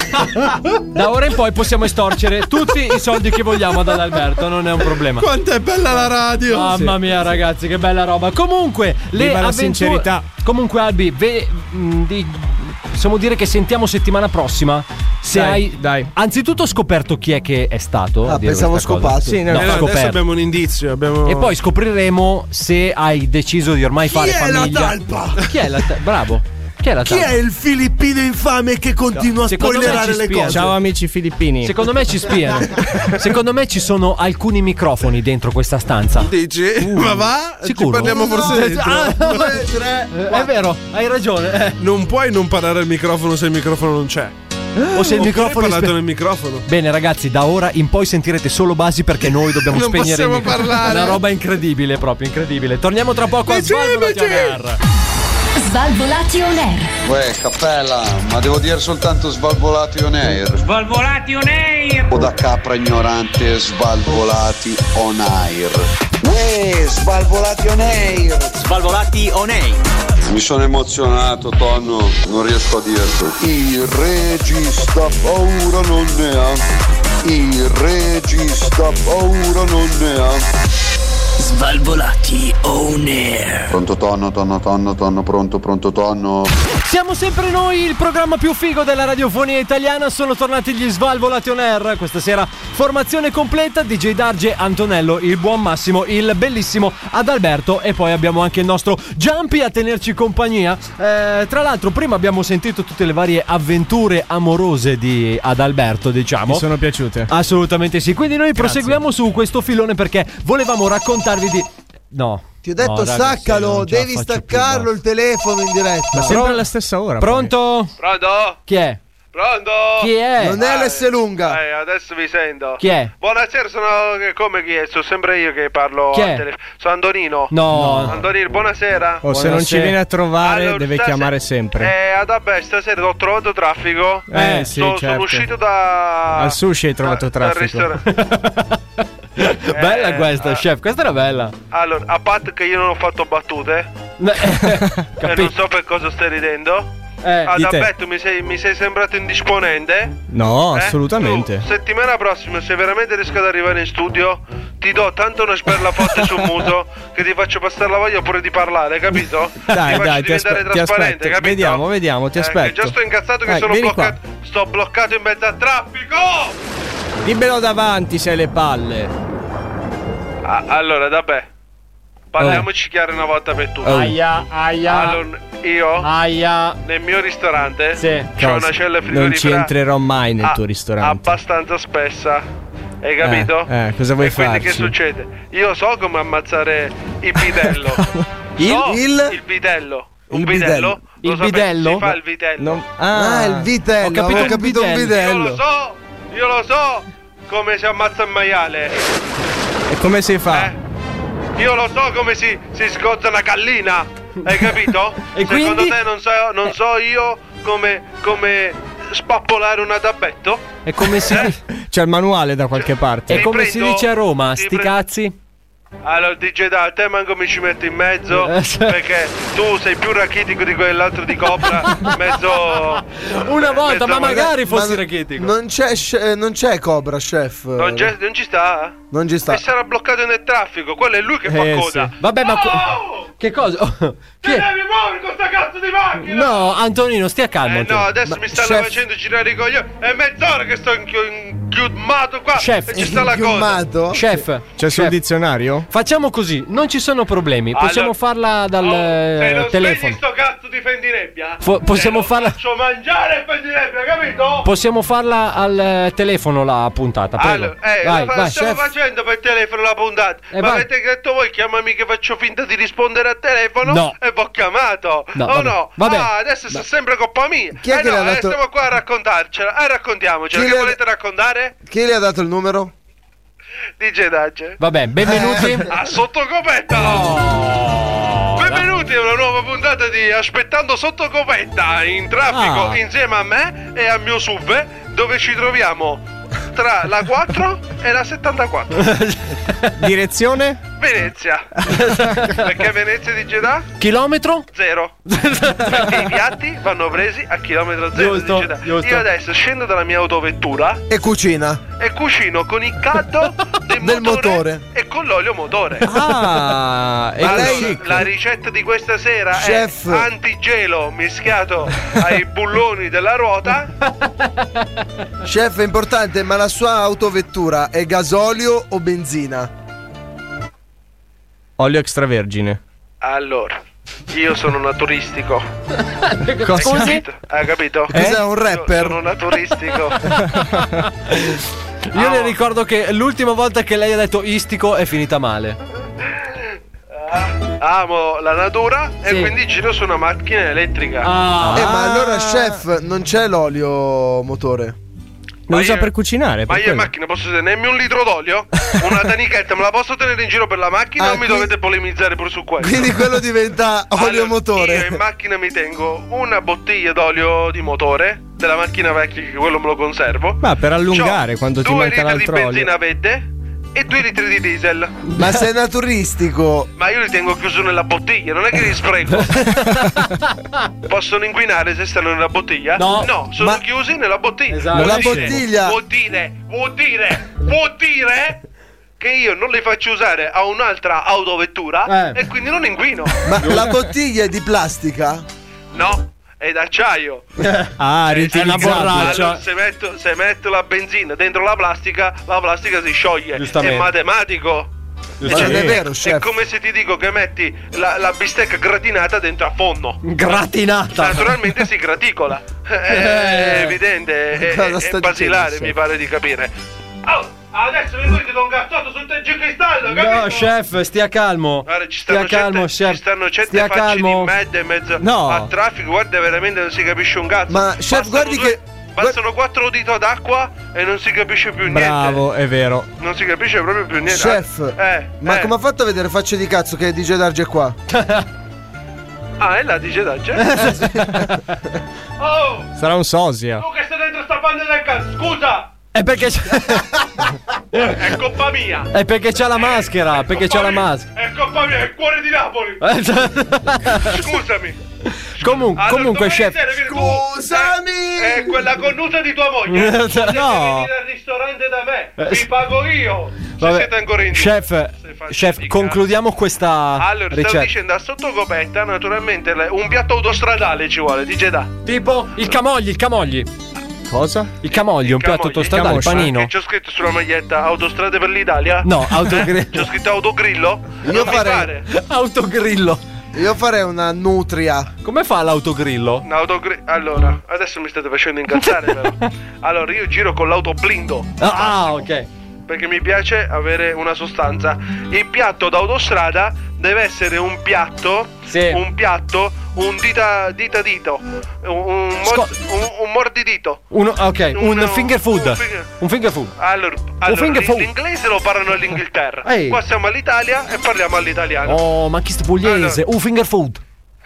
Da ora in poi possiamo estorcere tutti i soldi che vogliamo ad Adalberto, non è un problema. Quanto è bella la radio! Mamma mia, ragazzi, che bella roba. Comunque, le Viva la avventure- sincerità. Comunque, Albi, ve- mh, di- possiamo dire che sentiamo settimana prossima. Se Dai, hai dai. anzitutto scoperto chi è che è stato. a Ah, dire pensavo questa cosa. scopato. Sì, no, Eh, No, no, adesso scoperto. abbiamo un indizio. Abbiamo... E poi scopriremo se hai deciso di ormai fare è la famiglia. talpa? Chi è la talpa? Bravo. Chi è la Chi talpa? è il filippino infame che continua a secondo me spoilerare ci le spia. cose? Ciao amici filippini. Secondo me ci spiano. Secondo me ci sono alcuni microfoni dentro questa stanza. Dici? Ma va? Sicuro? Ci parliamo forse No, dentro. Ah, Due, tre, Eh, è vero, hai ragione. eh. Non puoi non parlare al microfono se il microfono non c'è. O se il Oppure microfono è hai parlato spe- nel microfono. Bene ragazzi, da ora in poi sentirete solo basi perché noi dobbiamo Non spegnere il possiamo microfono. parlare. È una roba incredibile, proprio incredibile. Torniamo tra poco a Baci, Svalvolati on baci. Air. Svalvolati on air. Uè, cappella, ma devo dire soltanto Svalvolati on air. Svalvolati on air! O da capra ignorante, Svalvolati on air. Uè, Svalvolati on air. Svalvolati on air. Mi sono emozionato, Tonno, non riesco a dirlo. Il regista paura non ne ha. Il regista paura non ne ha. Svalvolati on air. Pronto Tonno, Tonno, Tonno, Tonno, pronto, pronto Tonno. Siamo sempre noi, il programma più figo della radiofonia italiana. Sono tornati gli Svalvolati on air. Questa sera formazione completa: D J Darge, Antonello, il buon Massimo, il bellissimo Adalberto e poi abbiamo anche il nostro Jumpy a tenerci compagnia. Eh, tra l'altro prima abbiamo sentito tutte le varie avventure amorose di Adalberto, diciamo. Mi sono piaciute. Assolutamente sì. Quindi noi Grazie. proseguiamo su questo filone perché volevamo raccontarvi di... No. Ti ho detto no, raga, staccalo, non ce la devi faccio staccarlo più, il telefono in diretta. Ma sempre alla stessa ora. Pronto? Pronto? Chi è? Pronto? Chi è? Non è l'S lunga. Eh, adesso vi sento. Chi è? Buonasera, sono come chi è? Sono sempre io che parlo Chi al è? telefono. Sono Antonino. No. Antonino, buonasera. O se non ci viene a trovare, Allora, deve stasera- chiamare sempre. Eh, vabbè, stasera ho trovato traffico. Eh, sì, sono, certo. sono uscito da... Al sushi hai trovato dal traffico. ristorante. Bella questa, eh, chef, questa era bella. Allora, a parte che io non ho fatto battute e Capito? non so per cosa stai ridendo. Eh, di te. Adalberto, mi sei, mi sei sembrato indisponente? No, Eh? assolutamente. Tu, settimana prossima, se veramente riesco ad arrivare in studio, ti do tanto una sperla forte sul muso che ti faccio passare la voglia pure di parlare, capito? Dai, ti faccio dai, ti, diventare aspe- ti trasparente, aspetto. capito? Vediamo, vediamo, ti Eh, aspetto. che già sto incazzato che Dai, sono vieni bloccato. Sto bloccato in mezzo al traffico! Dimmelo davanti se hai le palle. Ah, allora, vabbè. Parliamoci chiaro una volta per tutte. Oh. Aia, aia. Allora, io Aia. nel mio ristorante Sì. c'ho una cella frigorifera. Non ci entrerò mai nel a- tuo ristorante. abbastanza spessa. Hai capito? Eh, eh, cosa vuoi e quindi che farci? succede? Io so come ammazzare il bidello. Il? So Il? il bidello. Un Il bidello? bidello. Lo Il sapete, bidello? Si fa il vitello. Non- Ah, Ah, il vitello, ho capito avevo il capito un bidello. Io lo vitello. so, io lo so come si ammazza il maiale. E come si fa? Eh? Io lo so come si, si scozza una gallina. Hai capito? E Secondo quindi? te non so, non so io come, come spappolare un adabetto? E come si, Eh? C'è il manuale da qualche parte. e Ti come si prendo- dice a Roma? ti Sti pre- cazzi? Allora, D J da te manco mi ci metto in mezzo Eh, sì. perché tu sei più rachitico di quell'altro di Cobra. Mezzo. Una volta, mezzo ma magari Ma fossi non- rachitico. Non c'è, sce- non c'è Cobra, chef. Non, c'è- non ci sta? Non ci sta. E sarà bloccato nel traffico. Quello è lui che fa Eh, coda. sì. Vabbè, ma co- Oh! che cosa? Oh, Ti che- devi muovere con sta cazzo di macchina! No, Antonino, stia calmo. Eh no, Antonino. adesso Ma, mi stanno chef- facendo girare i coglioni. È mezz'ora che sto inchi- inchiumato qua. Chef, e ci sta la cosa. Inchiumato? Chef, C'è sul chef, dizionario? facciamo così, non ci sono problemi. Possiamo Allora- farla dal Oh, se eh, non telefono. svegli sto cazzo di fendinebbia, Fo- possiamo te lo farla- faccio mangiare il fendinebbia, capito? Possiamo farla al eh, telefono la puntata, prego. Allora, eh, vai, la fa- vai. stiamo chef. facendo per telefono la puntata. Eh, Ma vai. avete detto voi, chiamami che faccio finta di rispondere al telefono? No. E vi ho chiamato. No, oh vabbè. no? Vabbè. Ah, adesso è sempre colpa mia. Chi è eh che no, le ha eh, dato- stiamo qua a raccontarcela. Eh, raccontiamocela. Chi Che le ha- volete raccontare? Chi le ha dato il numero? D J Dage. Vabbè, benvenuti. Eh. A sotto copetta. Oh, Benvenuti a una nuova puntata di Aspettando sotto copetta in traffico Ah. insieme a me e al mio S U V, dove ci troviamo tra la quattro e la settantaquattro. Direzione? Venezia. Perché Venezia di Jeddah? Chilometro? Zero. Perché i piatti vanno presi a chilometro zero Giusto, di Jeddah. giusto. Io adesso scendo dalla mia autovettura E cucina. e cucino con il caldo del, Del motore. e con l'olio motore. Ah, e Allora, lei... la ricetta di questa sera Chef. è antigelo mischiato ai bulloni della ruota. Chef, è importante, ma la sua autovettura è gasolio o benzina? Olio extravergine. Allora, io sono naturistico. Cosa? Hai capito? Hai capito? Cos'è, un rapper? Io sono naturistico. Io Ah, le ricordo che l'ultima volta che lei ha detto istico è finita male. Amo la natura Sì. e quindi giro su una macchina elettrica. Ah, Eh, ma allora, chef, non c'è l'olio motore. Lo Ma usa io- per cucinare. Ma per io in quello. macchina posso tenermi un litro d'olio? Una tanichetta me la posso tenere in giro per la macchina Ah, o mi quindi- dovete polemizzare pure su questo? Quindi quello diventa olio Allora, motore. Io in macchina mi tengo una bottiglia d'olio di motore della macchina vecchia, che quello me lo conservo. Ma per allungare C'ho quando ti due manca litri di l'altro olio. benzina verde e due litri di diesel. Ma sei naturistico. Ma io li tengo chiusi nella bottiglia, non è che li spreco. Possono inquinare se stanno nella bottiglia? No. No, sono Ma- chiusi nella bottiglia. Esatto. La Vuol dire- bottiglia- Vuol dire, vuol dire, vuol dire che io non li faccio usare a un'altra autovettura Eh. e quindi non inquino. Ma la bottiglia è di plastica? No, è d'acciaio. Ah, riutilizzabile. Allora, se metto, se metto la benzina dentro la plastica, la plastica si scioglie. È Giustamente. matematico. Ma non è vero, È chef. come se ti dico che metti la, la bistecca gratinata dentro a forno. Gratinata. Naturalmente si graticola. È evidente, è, Cosa è, sta è basilare, dicendo, mi pare di capire. Oh, adesso mi vuoi che do un cazzotto sul tergicristallo, capito? No, chef, stia calmo. Guarda, ci stanno Stia calmo, certe, chef. ci stanno certe Stia facce calmo. di merda in mezzo No. al traffico, guarda, veramente non si capisce un cazzo. Ma, chef, Bastano guardi due- che- Bastano quattro dita d'acqua e non si capisce più niente. Bravo, è vero. Non si capisce proprio più niente. Chef, Eh, ma eh. come ha fatto a vedere facce di cazzo che D J Darge è qua? Ah, è là, dice Darge? Oh, Sarà un sosia. tu che stai dentro sta banda del cazzo, scusa! È perché È colpa mia! È perché c'ha la maschera, perché c'ha la maschera. È colpa mia, è il cuore di Napoli! Eh, Scusami! Comun- Allora, comunque, domani chef. sera vieni tu. Scusami! È, è quella connuta di tua moglie. No. Potete venire al ristorante da me. Vi pago io. Se Vabbè, siete ancora in chef, chef, concludiamo questa Allora, stavo ricetta. dicendo a sottocopetta, naturalmente, le- un piatto autostradale ci vuole, dice da. Tipo il camogli, il camogli. Cosa? Il camogli, un piatto Camogli. autostradale, il panino. Che c'ho scritto sulla maglietta autostrade per l'Italia? No, autogrillo. C'ho scritto autogrillo? Io Non mi farei- pare. Autogrillo. Io farei una nutria. Come fa l'autogrillo? Un autogri- allora, adesso mi state facendo incazzare però. Allora, io giro con l'auto blindo. Ah, ok. Perché mi piace avere una sostanza. Il piatto d'autostrada deve essere un piatto, Sì. un piatto, un dita dita dito, un, un, mor- Sco- un, un mordidito. Uno, ok, un, Un- finger food. un finger- Un finger food. Allora, allora finger food. l'inglese lo parlano all'Inghilterra. Ehi. Qua siamo all'Italia e parliamo all'italiano. Oh, ma chi sto pugliese? Un finger food.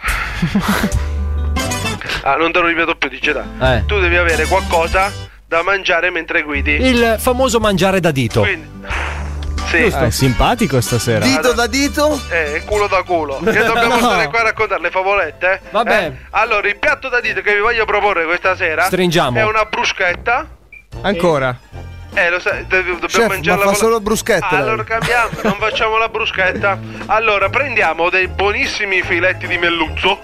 Ah, non te lo ripeto più, dice da. Eh. Tu devi avere qualcosa da mangiare mentre guidi. Il famoso mangiare da dito. Quindi, sì. È simpatico stasera. Dito da dito? Eh, culo da culo. Che dobbiamo No. stare qua a raccontare le favolette? eh? Vabbè. Eh? Allora, il piatto da dito che vi voglio proporre questa sera Stringiamo. è una bruschetta. Ancora. Eh, lo sai, do- dobbiamo Chef, mangiarla ma fa con la- solo bruschette, lei. Allora cambiamo, non facciamo la bruschetta. Allora, prendiamo dei buonissimi filetti di melluzzo.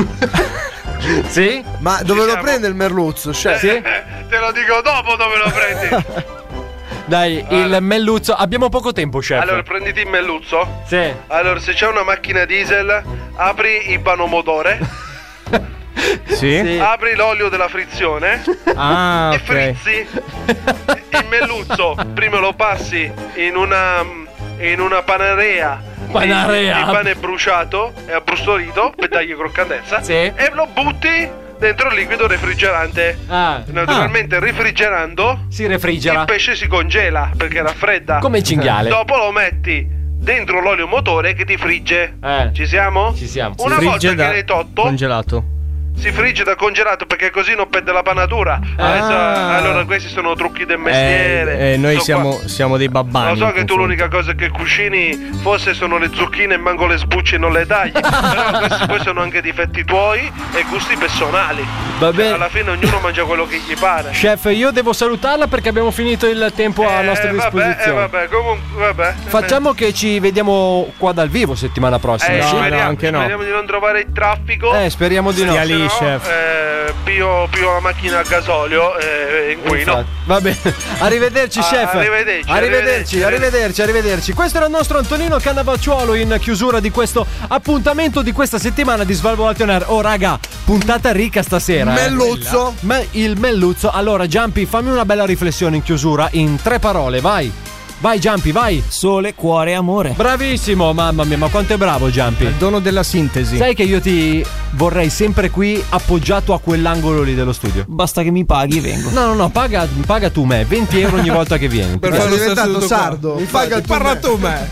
Sì? Ma dove lo siamo? prende il merluzzo, chef? Sì? Eh, te lo dico dopo dove lo prendi. Dai, il melluzzo. Abbiamo poco tempo, chef. Allora, prenditi il melluzzo. Sì. Allora, se c'è una macchina diesel, apri il vanomotore, Sì? Sì. apri l'olio della frizione Ah, e ok. frizzi il melluzzo. Prima lo passi in una in una panarea di- Panarea. di pane bruciato e abbrustolito per dargli croccantezza. Sì. E lo butti dentro il liquido refrigerante. Ah. Naturalmente refrigerando Si refrigera. il pesce si congela perché raffredda. Come il cinghiale. Dopo lo metti dentro l'olio motore che ti frigge. Eh. Ci siamo? Ci siamo. Una Si volta frigge che da l'hai tolto, congelato. si frigge da congelato perché così non perde la panatura. Adesso, Ah. allora questi sono trucchi del mestiere. Eh, eh, noi So siamo, qua- siamo dei babbani. Lo so in che tu confronto. l'unica cosa che cucini forse sono le zucchine e manco le sbucci e non le tagli. Però questi poi sono anche difetti tuoi e gusti personali. Va bene. Alla fine ognuno mangia quello che gli pare. Chef, io devo salutarla perché abbiamo finito il tempo a nostra Eh, vabbè, disposizione. eh, vabbè, comunque, vabbè. Facciamo che ci vediamo qua dal vivo settimana prossima. Eh, sì? speriamo, anche no. speriamo di non trovare il traffico. Eh, speriamo di no. Stia Se lì, no, chef. eh, pio, pio la macchina a gasolio e inquino. Infatti. Va bene. Arrivederci, Ah, chef. arrivederci, arrivederci, arrivederci, arrivederci, arrivederci. Questo era il nostro Antonino Cannavacciuolo in chiusura di questo appuntamento di questa settimana di Svalvolation Air. Oh, raga, puntata ricca stasera. eh. Melluzzo. Me- il melluzzo. Allora, Giampi, fammi una bella riflessione in chiusura in tre parole, vai. Vai, Giampi, vai. Sole, cuore, amore. Bravissimo, mamma mia, ma quanto è bravo, Giampi. Il dono della sintesi. Sai che io ti vorrei sempre qui appoggiato a quell'angolo lì dello studio. Basta che mi paghi, vengo. No, no, no, paga, paga tu me, venti euro ogni volta che vieni. Per farlo sei diventato seduto qua. sardo. Infatti, Paga tu parla me. tu me. Eh,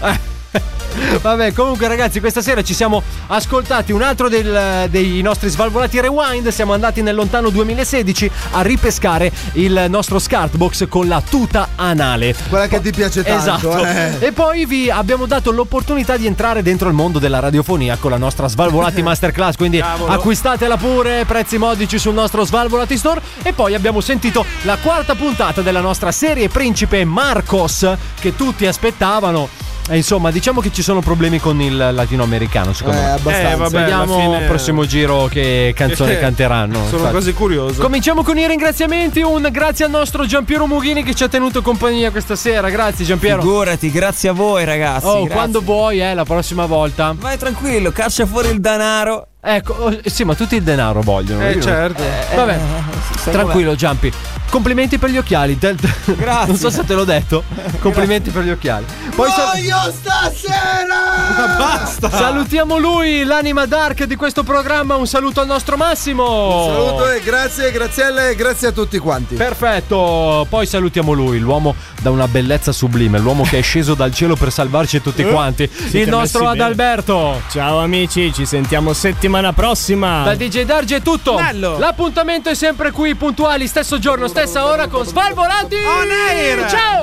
Vabbè, comunque ragazzi, questa sera ci siamo ascoltati un altro del, dei nostri Svalvolati Rewind. Siamo andati nel lontano duemilasedici a ripescare il nostro Scartbox con la tuta anale. Quella che ti piace tanto. Esatto. eh. E poi vi abbiamo dato l'opportunità di entrare dentro il mondo della radiofonia con la nostra Svalvolati Masterclass. Quindi Cavolo. acquistatela pure, prezzi modici sul nostro Svalvolati Store. E poi abbiamo sentito la quarta puntata della nostra serie Principe Marcos, che tutti aspettavano. E insomma, diciamo che ci sono problemi con il latinoamericano, secondo Eh, me. abbastanza. Eh, vabbè, Vediamo alla fine- al prossimo giro che canzone Eh, canteranno. Sono infatti. quasi curioso. Cominciamo con i ringraziamenti. Un grazie al nostro Giampiero Mughini che ci ha tenuto compagnia questa sera. Grazie Giampiero. Figurati, grazie a voi ragazzi. Oh, grazie. quando vuoi, eh, la prossima volta. Vai tranquillo, caccia fuori il denaro. Ecco, oh, sì, ma tutti il denaro vogliono. Eh, Io- certo. Eh, Vabbè, sai tranquillo, Giampi. Complimenti per gli occhiali. Del- Grazie. Non so se te l'ho detto. Complimenti per gli occhiali. Poi sal- Voglio stasera! Basta. salutiamo lui, l'anima dark di questo programma. Un saluto al nostro Massimo. Un saluto e grazie, grazielle e grazie a tutti quanti. Perfetto, poi salutiamo lui, l'uomo da una bellezza sublime, l'uomo che è sceso dal cielo per salvarci tutti quanti, il nostro messi bene. Adalberto. Ciao amici, ci sentiamo settimana prossima. Da D J Darge è tutto. Bello. L'appuntamento è sempre qui, puntuali, stesso giorno, stessa ora con Svalvolati On air. Ciao.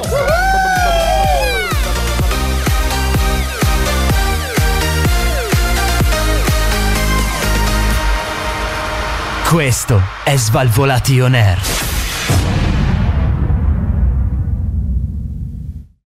Questo è Svalvolati On Air.